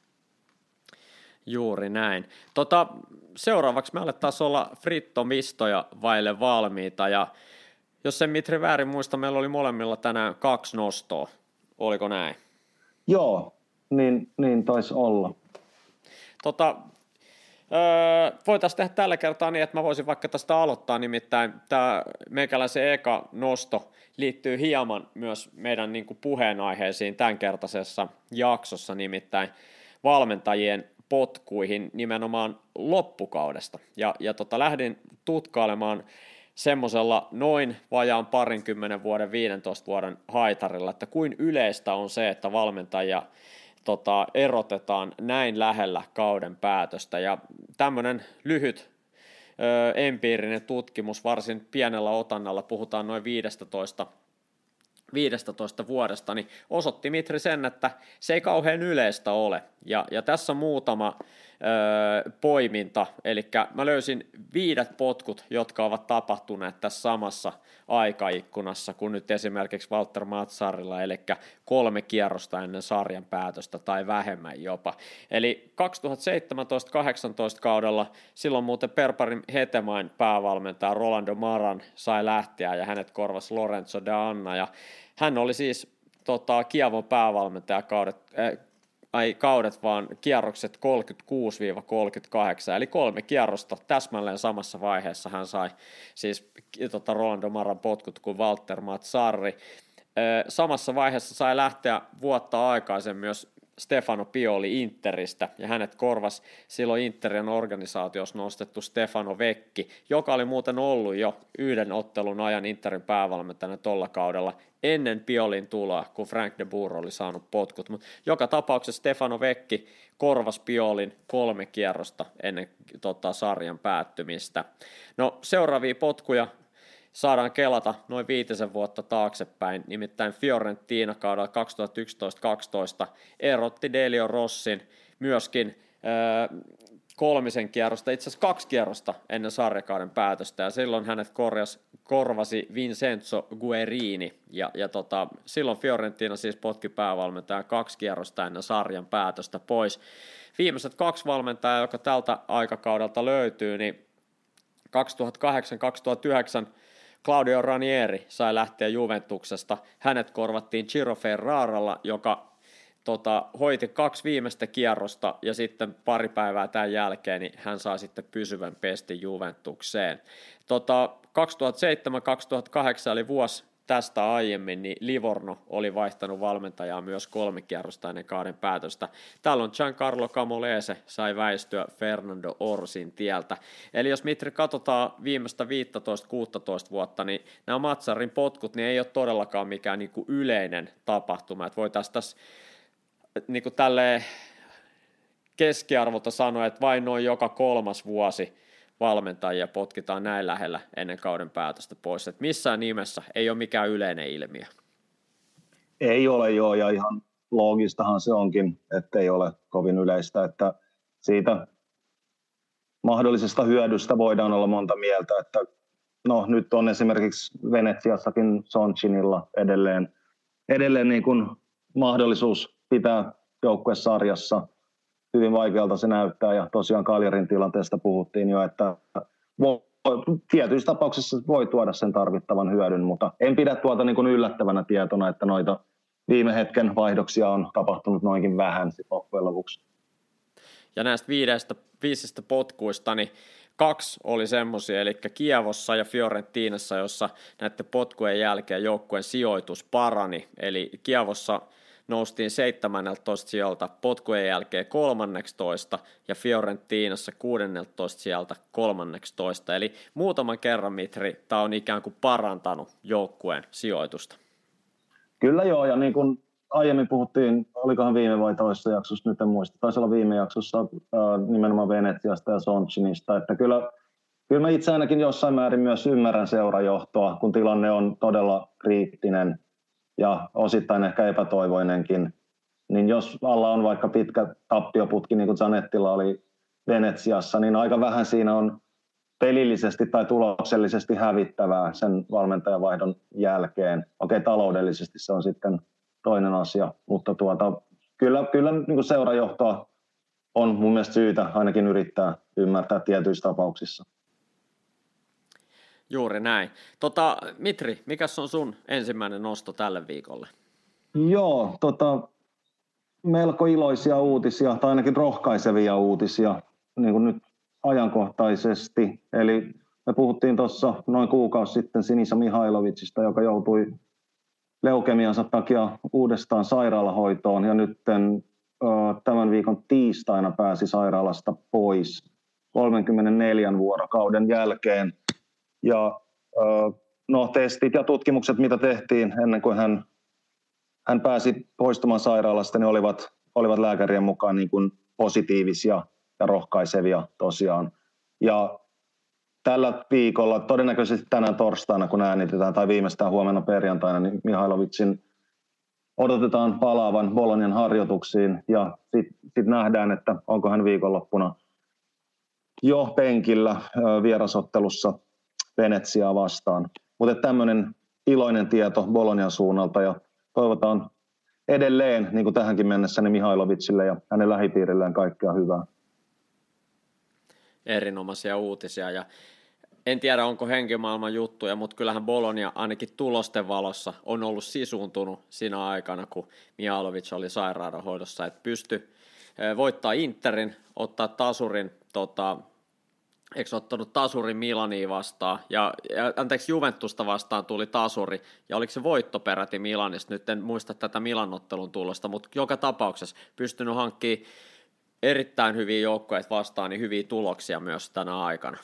Juuri näin. Tota, seuraavaksi me alettaisiin olla Fritto Mistoja vaille valmiita, ja jos en Mitri väärin muista, meillä oli molemmilla tänään kaksi nostoa. Oliko näin? Joo, niin, niin taisi olla. Tota, Öö, voitaisiin tehdä tällä kertaa niin, että mä voisin vaikka tästä aloittaa, nimittäin tämä meikäläisen eka nosto liittyy hieman myös meidän niin kuin puheenaiheisiin tämänkertaisessa jaksossa, nimittäin valmentajien potkuihin nimenomaan loppukaudesta. Ja, ja tota, lähdin tutkailemaan semmoisella noin vajaan parinkymmenen vuoden, viidentoista vuoden haitarilla, että kuin yleistä on se, että valmentajia Tota, erotetaan näin lähellä kauden päätöstä, ja tämmöinen lyhyt ö, empiirinen tutkimus varsin pienellä otannalla, puhutaan noin viisitoista, viisitoista vuodesta, niin osoitti Mitri sen, että se ei kauhean yleistä ole, ja, ja tässä muutama ö, poiminta, eli mä löysin viidet potkut, jotka ovat tapahtuneet tässä samassa aikaikkunassa kuin nyt esimerkiksi Walter Mazzarrilla, eli kolme kierrosta ennen sarjan päätöstä tai vähemmän jopa. Eli kaksituhattaseitsemäntoista kahdeksantoista kaudella silloin muuten Perparin Hetemain päävalmentaja Rolando Maran sai lähteä ja hänet korvasi Lorenzo de Anna, ja hän oli siis tota, Kievon päävalmentaja kaudet, äh, ai kaudet, vaan kierrokset kolmekymmentäkuusi kolmekymmentäkahdeksan, eli kolme kierrosta täsmälleen samassa vaiheessa hän sai siis tota Roland Domaran potkut kuin Walter Mazzarri. Samassa vaiheessa sai lähteä vuotta aikaisemmin myös Stefano Pioli Interistä, ja hänet korvasi silloin Interin organisaatiossa nostettu Stefano Vecchi, joka oli muuten ollut jo yhden ottelun ajan Interin päävalmentajana tolla kaudella ennen Piolin tuloa, kun Frank de Boer oli saanut potkut. Mutta joka tapauksessa Stefano Vecchi korvasi Piolin kolme kierrosta ennen tota, sarjan päättymistä. No seuraavia potkuja saadaan kelata noin viitisen vuotta taaksepäin, nimittäin Fiorentina kaudella kaksituhattayksitoista kaksitoista erotti Delio Rossin myöskin äh, kolmisen kierrosta, itse asiassa kaksi kierrosta ennen sarjakauden päätöstä, ja silloin hänet korjas, korvasi Vincenzo Guerini, ja, ja tota, silloin Fiorentina siis potki päävalmentajan kaksi kierrosta ennen sarjan päätöstä pois. Viimeiset kaksi valmentajaa, joka tältä aikakaudelta löytyy, niin kaksituhattakahdeksan kaksituhattayhdeksän Claudio Ranieri sai lähteä Juventuksesta. Hänet korvattiin Ciro Ferraralla, joka tota, hoiti kaksi viimeistä kierrosta, ja sitten pari päivää tämän jälkeen niin hän sai sitten pysyvän pestin Juventukseen. Tota, kaksituhattaseitsemän kaksituhattakahdeksan eli vuosi tästä aiemmin, niin Livorno oli vaihtanut valmentajaa myös kolme kierrosta ennen kauden päätöstä. Tällöin Giancarlo Camolese sai väistyä Fernando Orsin tieltä. Eli jos Mitri katsotaan viimeistä viisitoista kuusitoista vuotta, niin nämä Mazzarin potkut niin ei ole todellakaan mikään niin kuin yleinen tapahtuma. Että voitaisiin tässä niin kuin tälleen keskiarvolta sanoa, että vain noin joka kolmas vuosi valmentajia potkitaan näin lähellä ennen kauden päätöstä pois. Että missään nimessä ei ole mikään yleinen ilmiö. Ei ole joo, ja ihan loogistahan se onkin, että ei ole kovin yleistä, että siitä mahdollisesta hyödystä voidaan olla monta mieltä, että no nyt on esimerkiksi Venetsiassakin Soncinilla edelleen, edelleen niin kuin mahdollisuus pitää joukkuesarjassa. Hyvin vaikealta se näyttää, ja tosiaan Cagliarin tilanteesta puhuttiin jo, että voi, tietyissä tapauksissa voi tuoda sen tarvittavan hyödyn, mutta en pidä tuota niin kuin yllättävänä tietona, että noita viime hetken vaihdoksia on tapahtunut noinkin vähän loppujen lopuksi. Ja näistä viidestä, viisistä potkuista, niin kaksi oli semmoisia, eli Kievossa ja Fiorentinassa, jossa näiden potkujen jälkeen joukkueen sijoitus parani, eli Kievossa noustiin seitsemäntoista sieltä potkujen jälkeen kolmannekstoista ja Fiorentinassa kuudenneltoista sieltä kolmannekstoista. Eli muutaman kerran, Mitri, tämä on ikään kuin parantanut joukkueen sijoitusta. Kyllä joo, ja niin kuin aiemmin puhuttiin, olikohan viime vai toisessa jaksossa, nyt en muista, taisi olla viime jaksossa äh, nimenomaan Venetsiasta ja Soncinista, että kyllä, kyllä mä itse ainakin jossain määrin myös ymmärrän seurajohtoa, kun tilanne on todella kriittinen ja osittain ehkä epätoivoinenkin, niin jos alla on vaikka pitkä tappioputki, niin kuin Zanettilla oli Venetsiassa, niin aika vähän siinä on pelillisesti tai tuloksellisesti hävittävää sen valmentajavaihdon jälkeen. Okei, taloudellisesti se on sitten toinen asia, mutta tuota, kyllä, kyllä niin kuin seurajohtoa on mun mielestä syytä ainakin yrittää ymmärtää tietyissä tapauksissa. Juuri näin. Tota, Mitri, mikä on sun ensimmäinen nosto tälle viikolle? Joo, tota, melko iloisia uutisia, tai ainakin rohkaisevia uutisia, niin kuin nyt ajankohtaisesti. Eli me puhuttiin tuossa noin kuukausi sitten Sinisa Mihailovicista, joka joutui leukemiansa takia uudestaan sairaalahoitoon, ja nyt tämän viikon tiistaina pääsi sairaalasta pois kolmenkymmenenneljän vuorokauden jälkeen. Ja no, testit ja tutkimukset, mitä tehtiin ennen kuin hän, hän pääsi poistumaan sairaalasta, niin olivat, olivat lääkärien mukaan niin kuin positiivisia ja rohkaisevia tosiaan. Ja tällä viikolla, todennäköisesti tänään torstaina, kun äänitetään, tai viimeistään huomenna perjantaina, niin Mihailovicin odotetaan palaavan Bolognan harjoituksiin, ja sitten sit nähdään, että onko hän viikonloppuna jo penkillä vierasottelussa Venetsiaa vastaan. Mutta tämmöinen iloinen tieto Bolognan suunnalta, ja toivotaan edelleen, niin kuin tähänkin mennessä, niin Mihailovicille ja hänen lähipiirilleen kaikkea hyvää. Erinomaisia uutisia, ja en tiedä onko henkimaailman juttuja, mutta kyllähän Bologna ainakin tulosten valossa on ollut sisuuntunut siinä aikana, kun Mihajlovic oli sairaanhoidossa, että pystyi voittaa Interin, ottaa tasurin, tota, eikö ottanut tasurin Milania vastaan, ja, ja anteeksi Juventusta vastaan tuli tasuri, ja oliko se voitto peräti Milanista, nyt en muista tätä Milan-ottelun tulosta, mutta joka tapauksessa pystynyt hankkimaan erittäin hyviä joukkoja vastaan, niin hyviä tuloksia myös tänä aikana.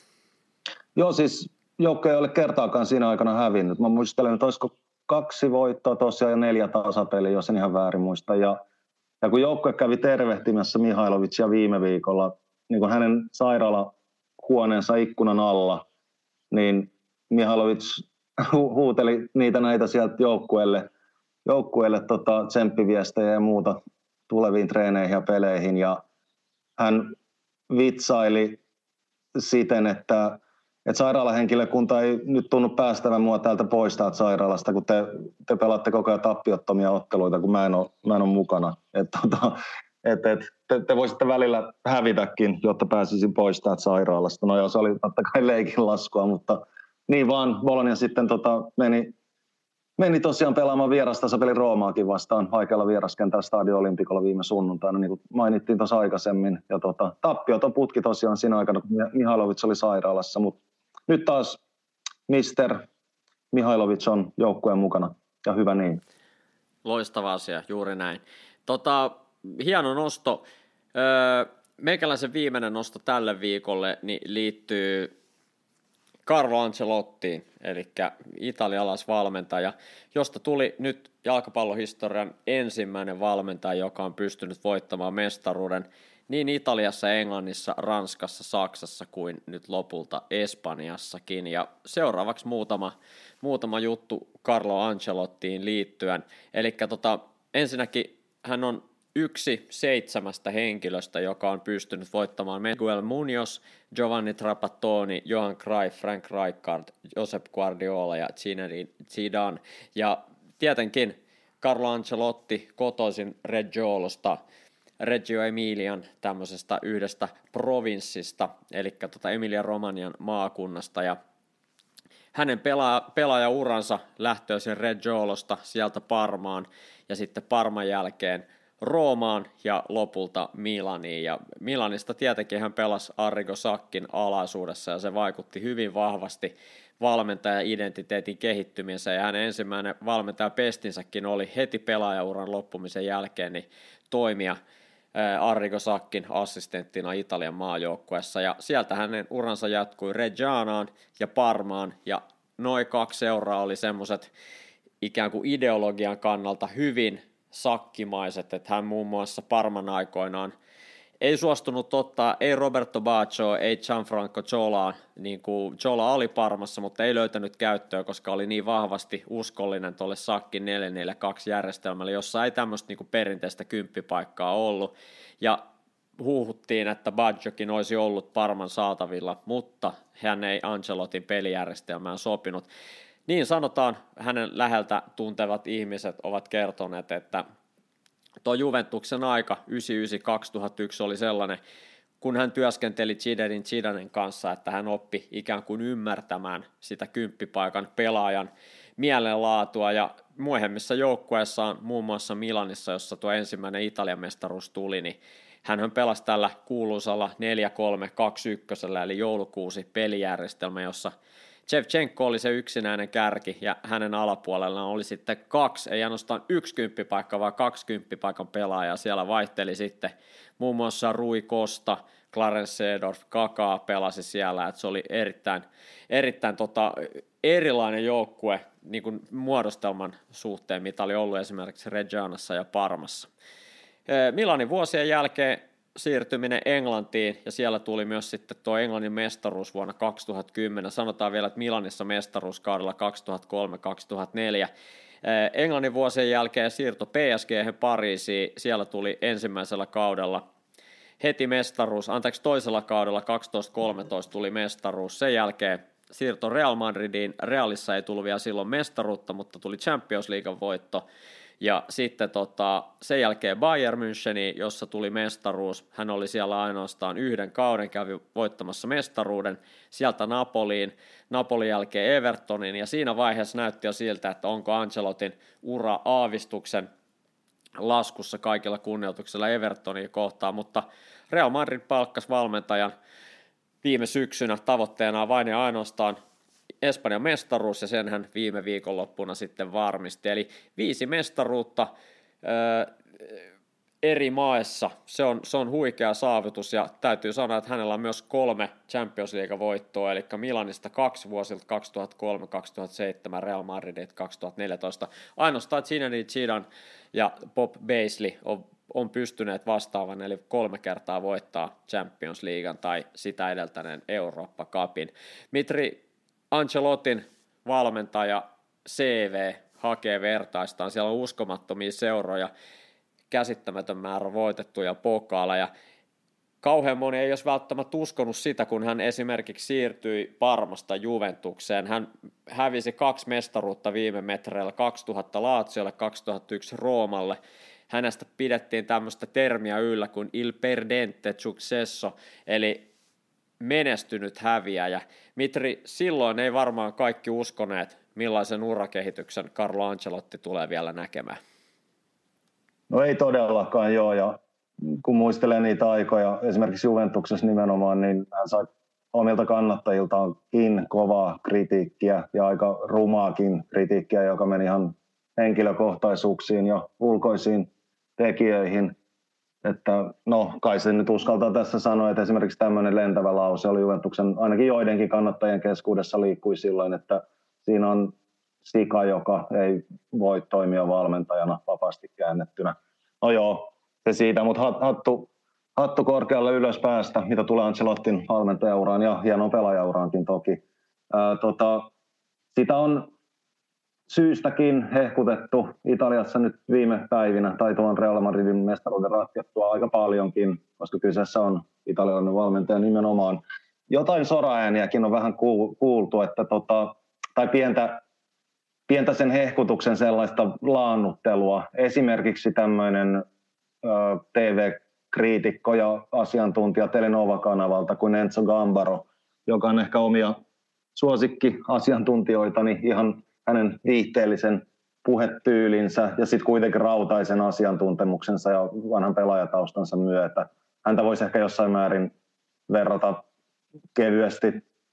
Joo, siis joukko ei ole kertaakaan siinä aikana hävinnyt. Mä muistelen, että olisiko kaksi voittoa tosiaan ja neljä tasapeliä, jos en ihan väärin muista. Ja, ja kun joukko kävi tervehtimässä Mihajlovicia viime viikolla, niin kun hänen sairaalahuoneensa ikkunan alla, niin Mihajlovic hu- huuteli niitä näitä sieltä joukkueelle, joukkueelle tota, tsemppiviestejä ja muuta tuleviin treeneihin ja peleihin. Ja hän vitsaili siten, että että sairaalahenkilökunta ei nyt tunnu päästävän mua täältä pois täältä sairaalasta, kun te, te pelaatte koko ajan tappiottomia otteluita, kun mä en ole, mä en ole mukana. Et, tota, et, et, te, te voisitte välillä hävitäkin, jotta pääsisin pois täältä sairaalasta. No joo, se oli totta kai leikin laskua, mutta niin vaan Bologna sitten tota, meni, meni tosiaan pelaamaan vierastasapeli Roomaakin vastaan vaikealla vieraskentällä Stadio Olimpikolla viime sunnuntaina, niin kuin mainittiin tuossa aikaisemmin. Ja tota, tappioton putki tosiaan siinä aikana, kun Mihajlovic oli sairaalassa, mutta nyt taas mister Mihajlovic on joukkueen mukana, ja hyvä niin. Loistava asia, juuri näin. Tota, hieno nosto. Öö, meikäläisen viimeinen nosto tälle viikolle niin liittyy Carlo Ancelottiin, eli italialaisvalmentaja, josta tuli nyt jalkapallohistorian ensimmäinen valmentaja, joka on pystynyt voittamaan mestaruuden niin Italiassa, Englannissa, Ranskassa, Saksassa kuin nyt lopulta Espanjassakin. Ja seuraavaksi muutama, muutama juttu Carlo Ancelottiin liittyen. Eli tota, ensinnäkin hän on yksi seitsemästä henkilöstä, joka on pystynyt voittamaan Miguel Munoz, Giovanni Trapattoni, Johan Cruyff, Frank Rijkaard, Josep Guardiola ja Zinedine Zidane. Ja tietenkin Carlo Ancelotti kotoisin Reggiolosta, Reggio Emilian tämmöisestä yhdestä provinssista, eli tota Emilia-Romagnan maakunnasta, ja hänen pelaa, pelaajauransa lähtöisin Reggiolosta sieltä Parmaan, ja sitten Parman jälkeen Roomaan ja lopulta Milaniin, ja Milanista tietenkin hän pelasi Arrigo Sacchinin alaisuudessa, ja se vaikutti hyvin vahvasti valmentaja-identiteetin kehittymiseen, ja hänen ensimmäinen valmentajapestinsäkin oli heti pelaajauran loppumisen jälkeen niin toimia Arrigo Sacchinin assistenttina Italian maajoukkueessa, ja sieltä hänen uransa jatkui Reggianaan ja Parmaan, ja noin kaksi seuraa oli semmoiset ikään kuin ideologian kannalta hyvin sakkimaiset, että hän muun muassa Parman aikoinaan ei suostunut ottaa, ei Roberto Baggio, ei Gianfranco Zola, niin kuin Zola oli Parmassa, mutta ei löytänyt käyttöä, koska oli niin vahvasti uskollinen tuolle Sackin neljä neljä kaksi järjestelmälle, jossa ei tämmöistä niin kuin perinteistä kymppipaikkaa ollut, ja huuhuttiin, että Baggiokin olisi ollut Parman saatavilla, mutta hän ei Ancelotin pelijärjestelmään sopinut. Niin sanotaan, hänen läheltä tuntevat ihmiset ovat kertoneet, että tuo Juventuksen aika yhdeksänkymmentäyhdeksän kaksituhattayksi oli sellainen, kun hän työskenteli Zinedine Zidanen kanssa, että hän oppi ikään kuin ymmärtämään sitä kymppipaikan pelaajan mielenlaatua, ja myöhemmissä joukkueissaan, muun muassa Milanissa, jossa tuo ensimmäinen Italian mestaruus tuli, niin hänhän pelasi tällä kuuluisalla neljä kolme kaksi yksi, eli joulukuusi pelijärjestelmä, jossa Shevchenko oli se yksinäinen kärki, ja hänen alapuolellaan oli sitten kaksi, ei ainoastaan yksi kymppipaikka, vaan kaksi kymppipaikan pelaajaa. Siellä vaihteli sitten muun muassa Rui Costa, Clarence Seedorf, Kaká pelasi siellä, että se oli erittäin, erittäin tota, erilainen joukkue niin kuin muodostelman suhteen, mitä oli ollut esimerkiksi Reggianassa ja Parmassa. Milanin vuosien jälkeen siirtyminen Englantiin, ja siellä tuli myös sitten tuo Englannin mestaruus vuonna kaksituhattakymmenen. Sanotaan vielä, että Milanissa mestaruuskaudella kaksituhattakolme kaksituhattaneljä. Englannin vuosien jälkeen siirto P S G:hen Pariisiin. Siellä tuli ensimmäisellä kaudella heti mestaruus, anteeksi toisella kaudella kaksitoista kolmetoista tuli mestaruus. Sen jälkeen siirto Real Madridiin. Realissa ei tullut vielä silloin mestaruutta, mutta tuli Champions Leaguean voitto. ja sitten tota, sen jälkeen Bayern Müncheniin, jossa tuli mestaruus. Hän oli siellä ainoastaan yhden kauden, kävi voittamassa mestaruuden. Sieltä Napoliin, Napolin jälkeen Evertoniin, ja siinä vaiheessa näytti jo siltä, että onko Ancelottin ura aavistuksen laskussa kaikilla kunnioituksella Evertonia kohtaan, mutta Real Madrid palkkasi valmentajan viime syksynä tavoitteena vain ja ainoastaan Espanjan mestaruus, ja sen hän viime viikonloppuna sitten varmisti. Eli viisi mestaruutta ö, eri maissa, se on, se on huikea saavutus, ja täytyy sanoa, että hänellä on myös kolme Champions League-voittoa, eli Milanista kaksi vuosilta kaksituhattakolme kaksituhattaseitsemän, Real Madridit kaksituhattaneljätoista. Ainoastaan Zinedine Zidane ja Bob Paisley on, on pystyneet vastaavan, eli kolme kertaa voittaa Champions Leaguean tai sitä edeltäneen Eurooppa Cupin. Mitri Ancelottin valmentaja C V hakee vertaistaan, siellä on uskomattomia seuroja, käsittämätön määrä voitettuja pokaaleja. Kauhean moni ei olisi välttämättä uskonut sitä, kun hän esimerkiksi siirtyi Parmasta Juventukseen. Hän hävisi kaksi mestaruutta viime metreillä, kaksituhatta Laziolle, kaksituhattayksi Roomalle. Hänestä pidettiin tämmöistä termiä yllä kuin il perdente successo, eli menestynyt häviäjä. Mitri, silloin ei varmaan kaikki uskoneet, millaisen urakehityksen Carlo Ancelotti tulee vielä näkemään. No ei todellakaan, joo, ja kun muistelee niitä aikoja, esimerkiksi Juventuksessa nimenomaan, niin hän sai omilta kannattajiltaankin kovaa kritiikkiä ja aika rumaakin kritiikkiä, joka meni ihan henkilökohtaisuuksiin ja ulkoisiin tekijöihin. Että no, kai se nyt uskaltaa tässä sanoa, että esimerkiksi tämmöinen lentävä lause oli Juventuksen ainakin joidenkin kannattajien keskuudessa liikkui silloin, että siinä on sika, joka ei voi toimia valmentajana vapaasti käännettynä. No joo, se siitä, mutta hattu, hattu korkealle ylös päästä, mitä tulee Ancelottin valmentajauraan ja hienoon pelaajauraankin toki. Ää, tota, sitä on syystäkin hehkutettu Italiassa nyt viime päivinä, tai tuon Real Madridin mestaruuden ratkettua aika paljonkin, koska kyseessä on italialainen valmentaja nimenomaan. Jotain soraääniäkin on vähän kuultu, että tota, tai pientä, pientä sen hehkutuksen sellaista laannuttelua. Esimerkiksi tämmöinen ö, T V-kriitikko ja asiantuntija Telenova-kanavalta kuin Enzo Gambaro, joka on ehkä omia suosikki-asiantuntijoitani ihan hänen viihteellisen puhetyylinsä ja sitten kuitenkin rautaisen asiantuntemuksensa ja vanhan pelaajataustansa myötä. Häntä voisi ehkä jossain määrin verrata kevyesti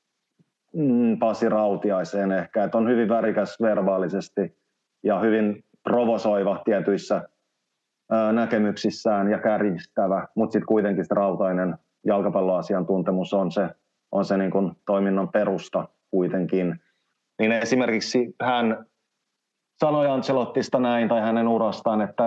mm, Pasi Rautiaiseen ehkä, että on hyvin värikäs verbaalisesti ja hyvin provosoiva tietyissä ää, näkemyksissään ja kärjistävä, mutta sitten kuitenkin se rautainen jalkapalloasiantuntemus on se, on se niin kuin toiminnan perusta kuitenkin. Niin esimerkiksi hän sanoi Ancelottista näin tai hänen urastaan, että,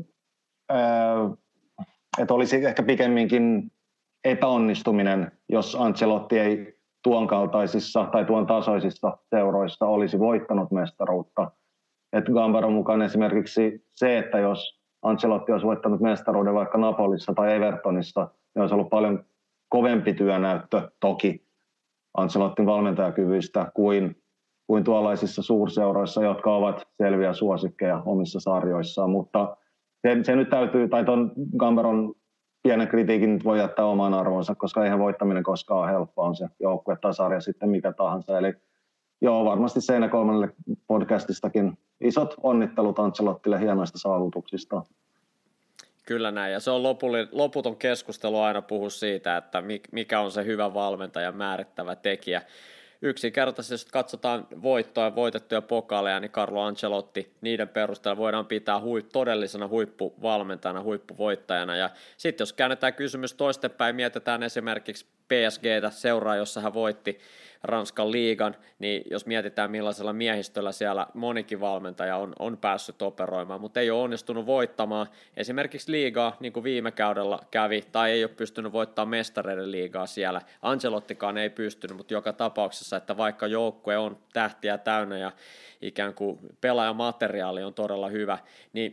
ää, että olisi ehkä pikemminkin epäonnistuminen, jos Ancelotti ei tuon kaltaisissa tai tuon tasoisissa seuroissa olisi voittanut mestaruutta. Että Gambaron mukaan esimerkiksi se, että jos Ancelotti olisi voittanut mestaruuden vaikka Napolissa tai Evertonissa, niin olisi ollut paljon kovempi työnäyttö toki Ancelottin valmentajakyvyistä kuin kuin tuollaisissa suurseuroissa, jotka ovat selviä suosikkeja omissa sarjoissaan, mutta se, se nyt täytyy, tai tuon Gambaron pienen kritiikin nyt voi jättää omaan arvoonsa, koska eihän voittaminen koskaan ole helppoa, on se joukkue tai sarja sitten mikä tahansa, eli joo, varmasti Seinäkolmelle podcastistakin isot onnittelut Ancelottille hienoista saavutuksista. Kyllä näin, ja se on loputon keskustelu aina puhua siitä, että mikä on se hyvä valmentajan määrittävä tekijä. Yksinkertaisesti, jos katsotaan voittoja, voitettuja pokaaleja, niin Carlo Ancelotti, niiden perusteella voidaan pitää hui, todellisena huippuvalmentajana, huippuvoittajana. Ja sitten jos käännetään kysymys toistepäin, mietitään esimerkiksi P S G:tä, seuraa, jossa hän voitti Ranskan liigan, niin jos mietitään millaisella miehistöllä siellä monikin valmentaja on, on päässyt operoimaan, mutta ei ole onnistunut voittamaan esimerkiksi liigaa, niin kuin viime kaudella kävi, tai ei ole pystynyt voittamaan mestareiden liigaa siellä. Ancelottikaan ei pystynyt, mutta joka tapauksessa, että vaikka joukkue on tähtiä täynnä ja ikään kuin pelaajamateriaali on todella hyvä, niin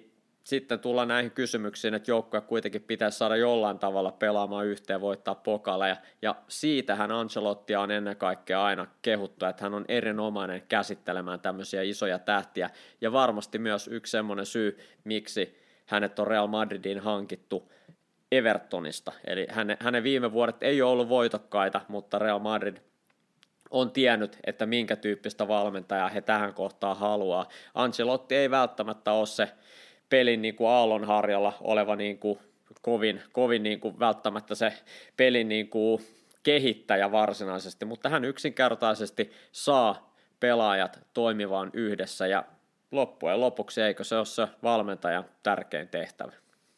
sitten tullaan näihin kysymyksiin, että joukkue kuitenkin pitäisi saada jollain tavalla pelaamaan yhteen, voittaa pokaaleja, ja siitähän Ancelottia on ennen kaikkea aina kehuttu, että hän on erinomainen käsittelemään tämmöisiä isoja tähtiä, ja varmasti myös yksi semmoinen syy, miksi hänet on Real Madridiin hankittu Evertonista, eli hänen, hänen viime vuodet ei ole ollut voitokkaita, mutta Real Madrid on tiennyt, että minkä tyyppistä valmentajaa he tähän kohtaan haluaa. Ancelotti ei välttämättä ole se pelin niin kuin aallonharjalla oleva niin kuin kovin, kovin niin kuin välttämättä se pelin niin kuin kehittäjä varsinaisesti, mutta hän yksinkertaisesti saa pelaajat toimivaan yhdessä, ja loppujen lopuksi eikö se ole se valmentajan tärkein tehtävä?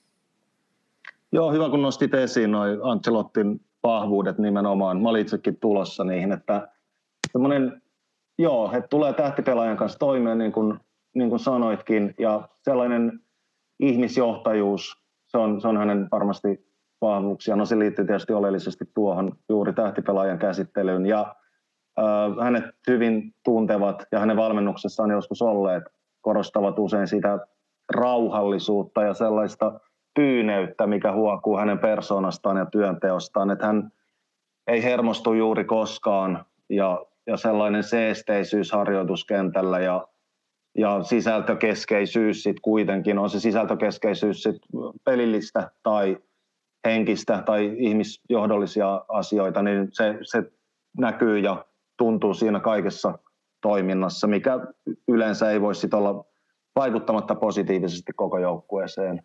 Joo, hyvä kun nostit esiin noi Ancelottin vahvuudet nimenomaan. Mä olin itsekin tulossa niihin, että semmoinen, joo, että tulee tähtipelaajan kanssa toimeen, niin kuin, niin kuin sanoitkin, ja sellainen ihmisjohtajuus, se on, se on hänen varmasti vahvuuksia. No se liittyy tietysti oleellisesti tuohon juuri tähtipelaajan käsittelyyn, ja äh, hänet hyvin tuntevat, ja hänen valmennuksessaan joskus olleet, korostavat usein sitä rauhallisuutta ja sellaista tyyneyttä, mikä huokuu hänen persoonastaan ja työnteostaan, että hän ei hermostu juuri koskaan, ja, ja sellainen seesteisyys harjoituskentällä ja, ja sisältökeskeisyys sit kuitenkin, on se sisältökeskeisyys sit pelillistä tai henkistä tai ihmisjohdollisia asioita, niin se, se näkyy ja tuntuu siinä kaikessa toiminnassa, mikä yleensä ei voi sit olla vaikuttamatta positiivisesti koko joukkueeseen.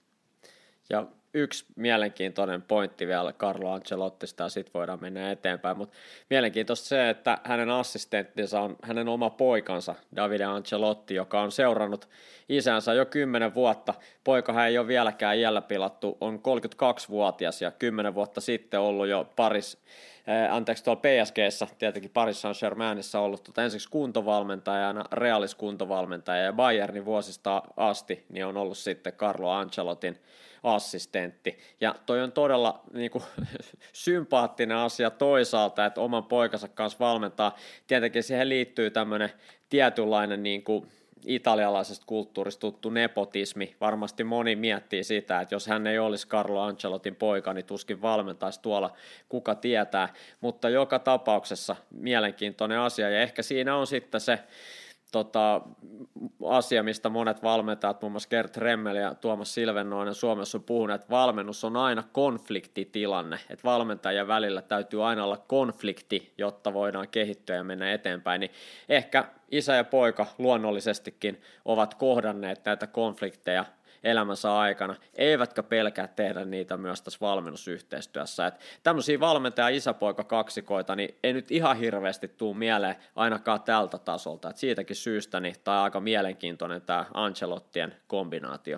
Ja yksi mielenkiintoinen pointti vielä Carlo Ancelottista, ja sitten voidaan mennä eteenpäin, mutta mielenkiintoista se, että hänen assistenttinsa on hänen oma poikansa Davide Ancelotti, joka on seurannut isänsä jo kymmenen vuotta. Poikahan ei ole vieläkään iällä pilattu, on kolmekymmentäkaksivuotias ja kymmenen vuotta sitten ollut jo Paris, äh, anteeksi tuolla P S G:ssä, tietenkin Paris Saint-Germainissa ollut tuota ensiksi kuntovalmentajana, Realis kuntovalmentaja ja Bayernin vuosista asti, niin on ollut sitten Carlo Ancelottin assistentti. Ja toi on todella niin kuin, sympaattinen asia toisaalta, että oman poikansa kanssa valmentaa. Tietenkin siihen liittyy tämmöinen tietynlainen niin kuin italialaisesta kulttuurista tuttu nepotismi. Varmasti moni miettii sitä, että jos hän ei olisi Carlo Ancelottin poika, niin tuskin valmentaisi tuolla, kuka tietää. Mutta joka tapauksessa mielenkiintoinen asia, ja ehkä siinä on sitten se Tota, asia, mistä monet valmentajat, muun muassa Gert Remmel ja Tuomas Silvennoinen Suomessa on puhunut, että valmennus on aina konfliktitilanne, että valmentajien välillä täytyy aina olla konflikti, jotta voidaan kehittyä ja mennä eteenpäin, niin ehkä isä ja poika luonnollisestikin ovat kohdanneet näitä konflikteja elämänsä aikana, eivätkä pelkää tehdä niitä myös tässä valmennusyhteistyössä. Että tämmöisiä valmentaja-isäpoika-kaksikoita niin ei nyt ihan hirveästi tule mieleen ainakaan tältä tasolta. Et siitäkin syystä niin tämä on aika mielenkiintoinen tämä Ancelottien kombinaatio.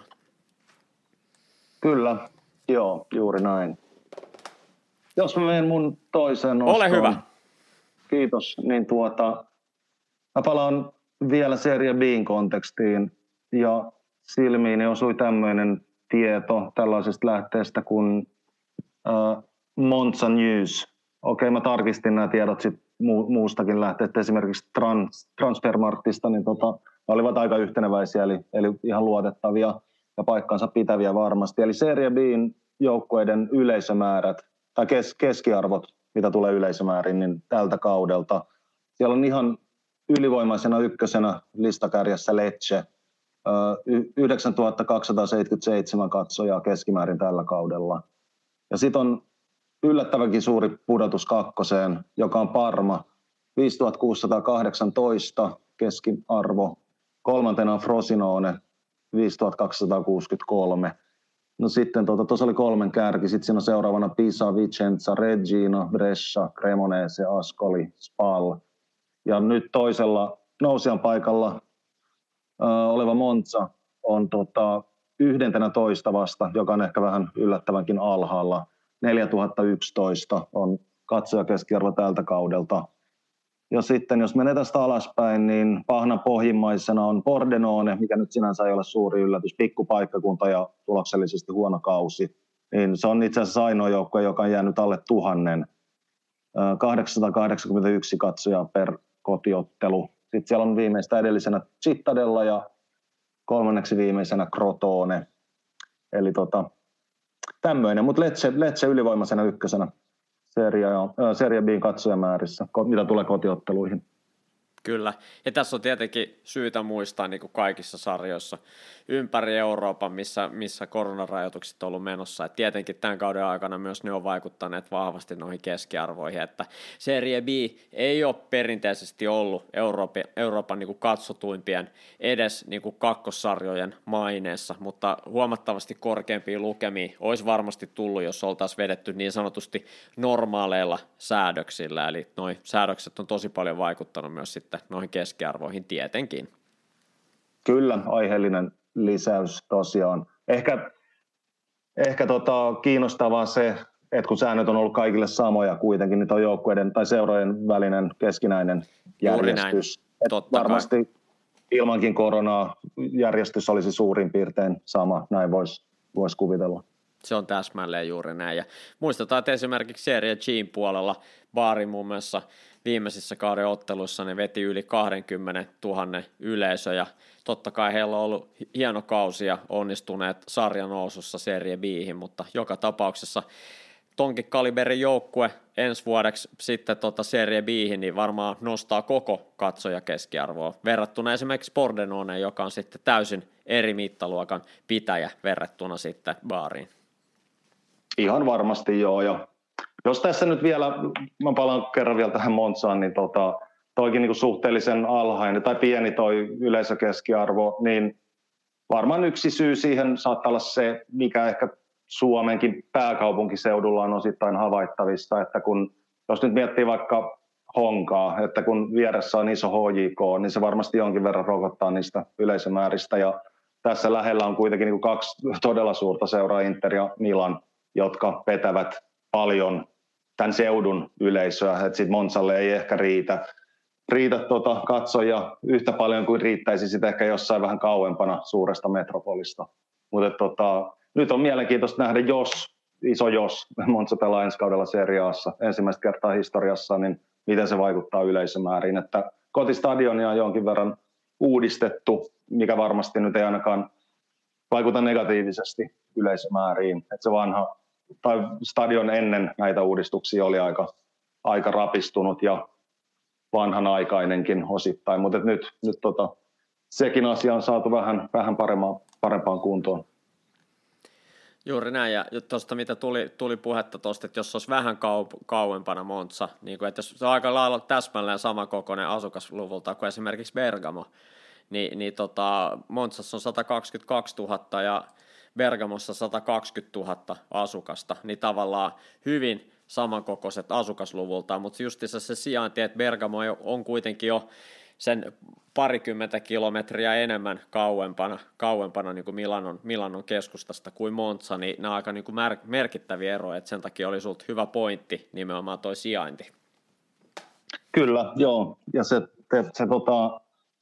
Kyllä, joo, juuri näin. Jos mä menen mun toiseen nostoon. Ole hyvä. Kiitos. Niin tuota, mä palaan vielä Serie B:n kontekstiin, ja silmiini osui tämmöinen tieto tällaisesta lähteestä kuin äh, Monza News. Okei, mä tarkistin nämä tiedot sit mu- muustakin lähteestä, esimerkiksi trans- Transfermarktista, niin tota, olivat aika yhteneväisiä, eli, eli ihan luotettavia ja paikkansa pitäviä varmasti. Eli Serie B:n joukkueiden yleisömäärät, tai kes- keskiarvot, mitä tulee yleisömäärin, niin tältä kaudelta. Siellä on ihan ylivoimaisena ykkösenä listakärjessä Lecce, yhdeksäntuhatta kaksisataaseitsemänkymmentäseitsemän katsojaa keskimäärin tällä kaudella. Ja sitten on yllättävänkin suuri pudotus kakkoseen, joka on Parma, viisituhattakuusisataakahdeksantoista keskiarvo. Kolmantena on Frosinone, viisituhattakaksisataakuusikymmentäkolme. No sitten tuossa tuota, oli kolmen kärki, sitten siinä on seuraavana Pisa, Vicenza, Reggino, Brescia, Cremonese, Ascoli, Spal. Ja nyt toisella nousijan paikalla oleva Monza on tota, yhdentenätoista vasta, joka on ehkä vähän yllättävänkin alhaalla. neljätuhattayksitoista on katsojakeskiarvo tältä kaudelta. Ja sitten jos menee tästä alaspäin, niin pahnan pohjimmaisena on Pordenone, mikä nyt sinänsä ei ole suuri yllätys, pikkupaikkakunta ja tuloksellisesti huono kausi. Niin se on itse asiassa ainoa joukkue, joka on jäänyt alle tuhannen. kahdeksansataakahdeksankymmentäyksi katsojaa per kotiottelu. Sitten siellä on viimeistä edellisenä Cittadella ja kolmanneksi viimeisenä Crotone. Eli tota, tämmöinen, mutta Lecce, Lecce ylivoimaisena ykkösenä Serie, äh, Serie B:n katsojamäärissä, mitä tulee kotiotteluihin. Kyllä, ja tässä on tietenkin syytä muistaa niin kuin kaikissa sarjoissa ympäri Euroopan, missä, missä koronarajoitukset on ollut menossa, että tietenkin tämän kauden aikana myös ne on vaikuttaneet vahvasti noihin keskiarvoihin, että Serie B ei ole perinteisesti ollut Euroopan, Euroopan niin kuin katsotuimpien edes niin kuin kakkossarjojen maineessa, mutta huomattavasti korkeampia lukemia olisi varmasti tullut, jos oltaisiin vedetty niin sanotusti normaaleilla säädöksillä, eli noi säädökset on tosi paljon vaikuttanut myös sitten noihin keskiarvoihin tietenkin. Kyllä, aiheellinen lisäys tosiaan. Ehkä, ehkä tota, kiinnostavaa se, että kun säännöt on ollut kaikille samoja kuitenkin, niin tuo joukkueiden tai seurojen välinen keskinäinen järjestys. Varmasti kai. Ilmankin koronaa järjestys olisi suurin piirtein sama, näin voisi vois kuvitella. Se on täsmälleen juuri näin. Ja muistetaan, että esimerkiksi Serie G:n puolella Bari muun muassa viimeisissä kauden otteluissa ne veti yli kaksikymmentätuhatta yleisö, ja totta kai heillä on ollut hieno kausi ja onnistuneet sarjanousussa Serie B:hin, mutta joka tapauksessa tonkin kaliberin joukkue ensi vuodeksi sitten tota Serie B:hin, niin varmaan nostaa koko katsoja keskiarvoa verrattuna esimerkiksi Pordenoneen, joka on sitten täysin eri mittaluokan pitäjä verrattuna sitten Bariin. Ihan varmasti joo, ja jos tässä nyt vielä, mä palaan kerran vielä tähän Monzaan, niin tota, toikin niin kuin suhteellisen alhainen tai pieni toi yleisökeskiarvo, niin varmaan yksi syy siihen saattaa olla se, mikä ehkä Suomenkin pääkaupunkiseudulla on osittain havaittavissa, että kun, jos nyt miettii vaikka Honkaa, että kun vieressä on iso H J K, niin se varmasti jonkin verran rokottaa niistä yleisömääristä, ja tässä lähellä on kuitenkin niin kuin kaksi todella suurta seuraa, Inter ja Milan, jotka vetävät paljon tämän seudun yleisöä, että sitten Monzalle ei ehkä riitä, riitä tota katsoja yhtä paljon kuin riittäisi sitten ehkä jossain vähän kauempana suuresta metropolista. Mutta tota, nyt on mielenkiintoista nähdä, jos, iso jos, Monza pelaa ensi kaudella Serie A:ssa ensimmäistä kertaa historiassa, niin miten se vaikuttaa yleisömääriin. Että kotistadionia on jonkin verran uudistettu, mikä varmasti nyt ei ainakaan vaikuta negatiivisesti yleisömääriin. Että se vanha tai stadion ennen näitä uudistuksia oli aika, aika rapistunut ja vanhanaikainenkin osittain, mutta nyt, nyt tota, sekin asia on saatu vähän, vähän parempaan, parempaan kuntoon. Juuri näin, ja tuosta mitä tuli, tuli puhetta tuosta, että jos olisi vähän kau, kauempana Monza, niin kuin, että jos se on aika lailla täsmälleen samankokoinen asukasluvulta kuin esimerkiksi Bergamo, niin, niin tota, Monzassa on sata kaksikymmentäkaksituhatta ja Bergamossa sata kaksikymmentätuhatta asukasta, niin tavallaan hyvin samankokoiset asukasluvultaan, mutta justiinsa se sijainti, että Bergamo on kuitenkin jo sen parikymmentä kilometriä enemmän kauempana, kauempana niin kuin Milanon, Milanon keskustasta kuin Monza, niin nämä on aika niin kuin mer- merkittäviä eroja, että sen takia oli sulta hyvä pointti nimenomaan toi sijainti. Kyllä, joo, ja se, se, se tota,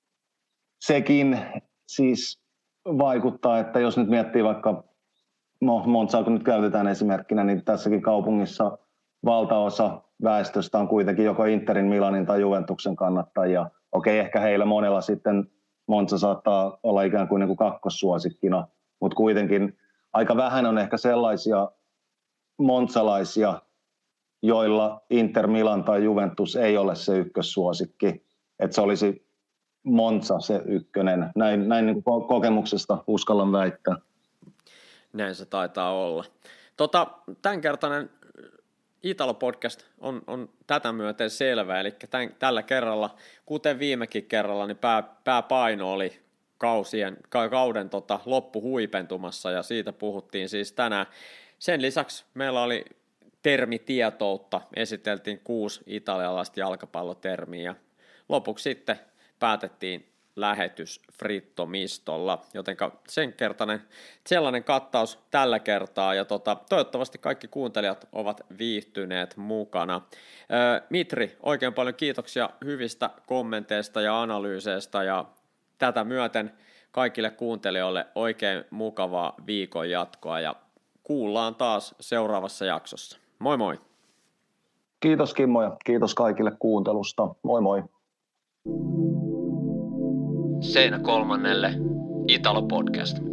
sekin siis vaikuttaa, että jos nyt miettii vaikka no, Monzaa, kun nyt käytetään esimerkkinä, niin tässäkin kaupungissa valtaosa väestöstä on kuitenkin joko Interin, Milanin tai Juventuksen kannattajia. Okei, ehkä heillä monella sitten Monza saattaa olla ikään kuin, niin kuin kakkossuosikkina, mutta kuitenkin aika vähän on ehkä sellaisia monzalaisia, joilla Inter, Milan tai Juventus ei ole se ykkössuosikki, että se olisi Monza se ykkönen. Näin, näin niin kuin kokemuksesta uskallan väittää. Näin se taitaa olla. Tota, tämänkertainen Italo-podcast on, on tätä myöten selvä, eli tämän, tällä kerralla, kuten viimekin kerralla, niin pää, pääpaino oli kausien, kauden tota, loppuhuipentumassa, ja siitä puhuttiin siis tänään. Sen lisäksi meillä oli termitietoutta, esiteltiin kuusi italialaista jalkapallotermiä, ja lopuksi sitten päätettiin lähetys Fritto Mistolla, joten sen kertainen sellainen kattaus tällä kertaa, ja tota, toivottavasti kaikki kuuntelijat ovat viihtyneet mukana. Ää, Mitri, oikein paljon kiitoksia hyvistä kommenteista ja analyyseistä, ja tätä myöten kaikille kuuntelijoille oikein mukavaa viikon jatkoa, ja kuullaan taas seuraavassa jaksossa. Moi moi! Kiitos Kimmo ja kiitos kaikille kuuntelusta. Moi moi! Seinä kolmannelle Italo Podcast.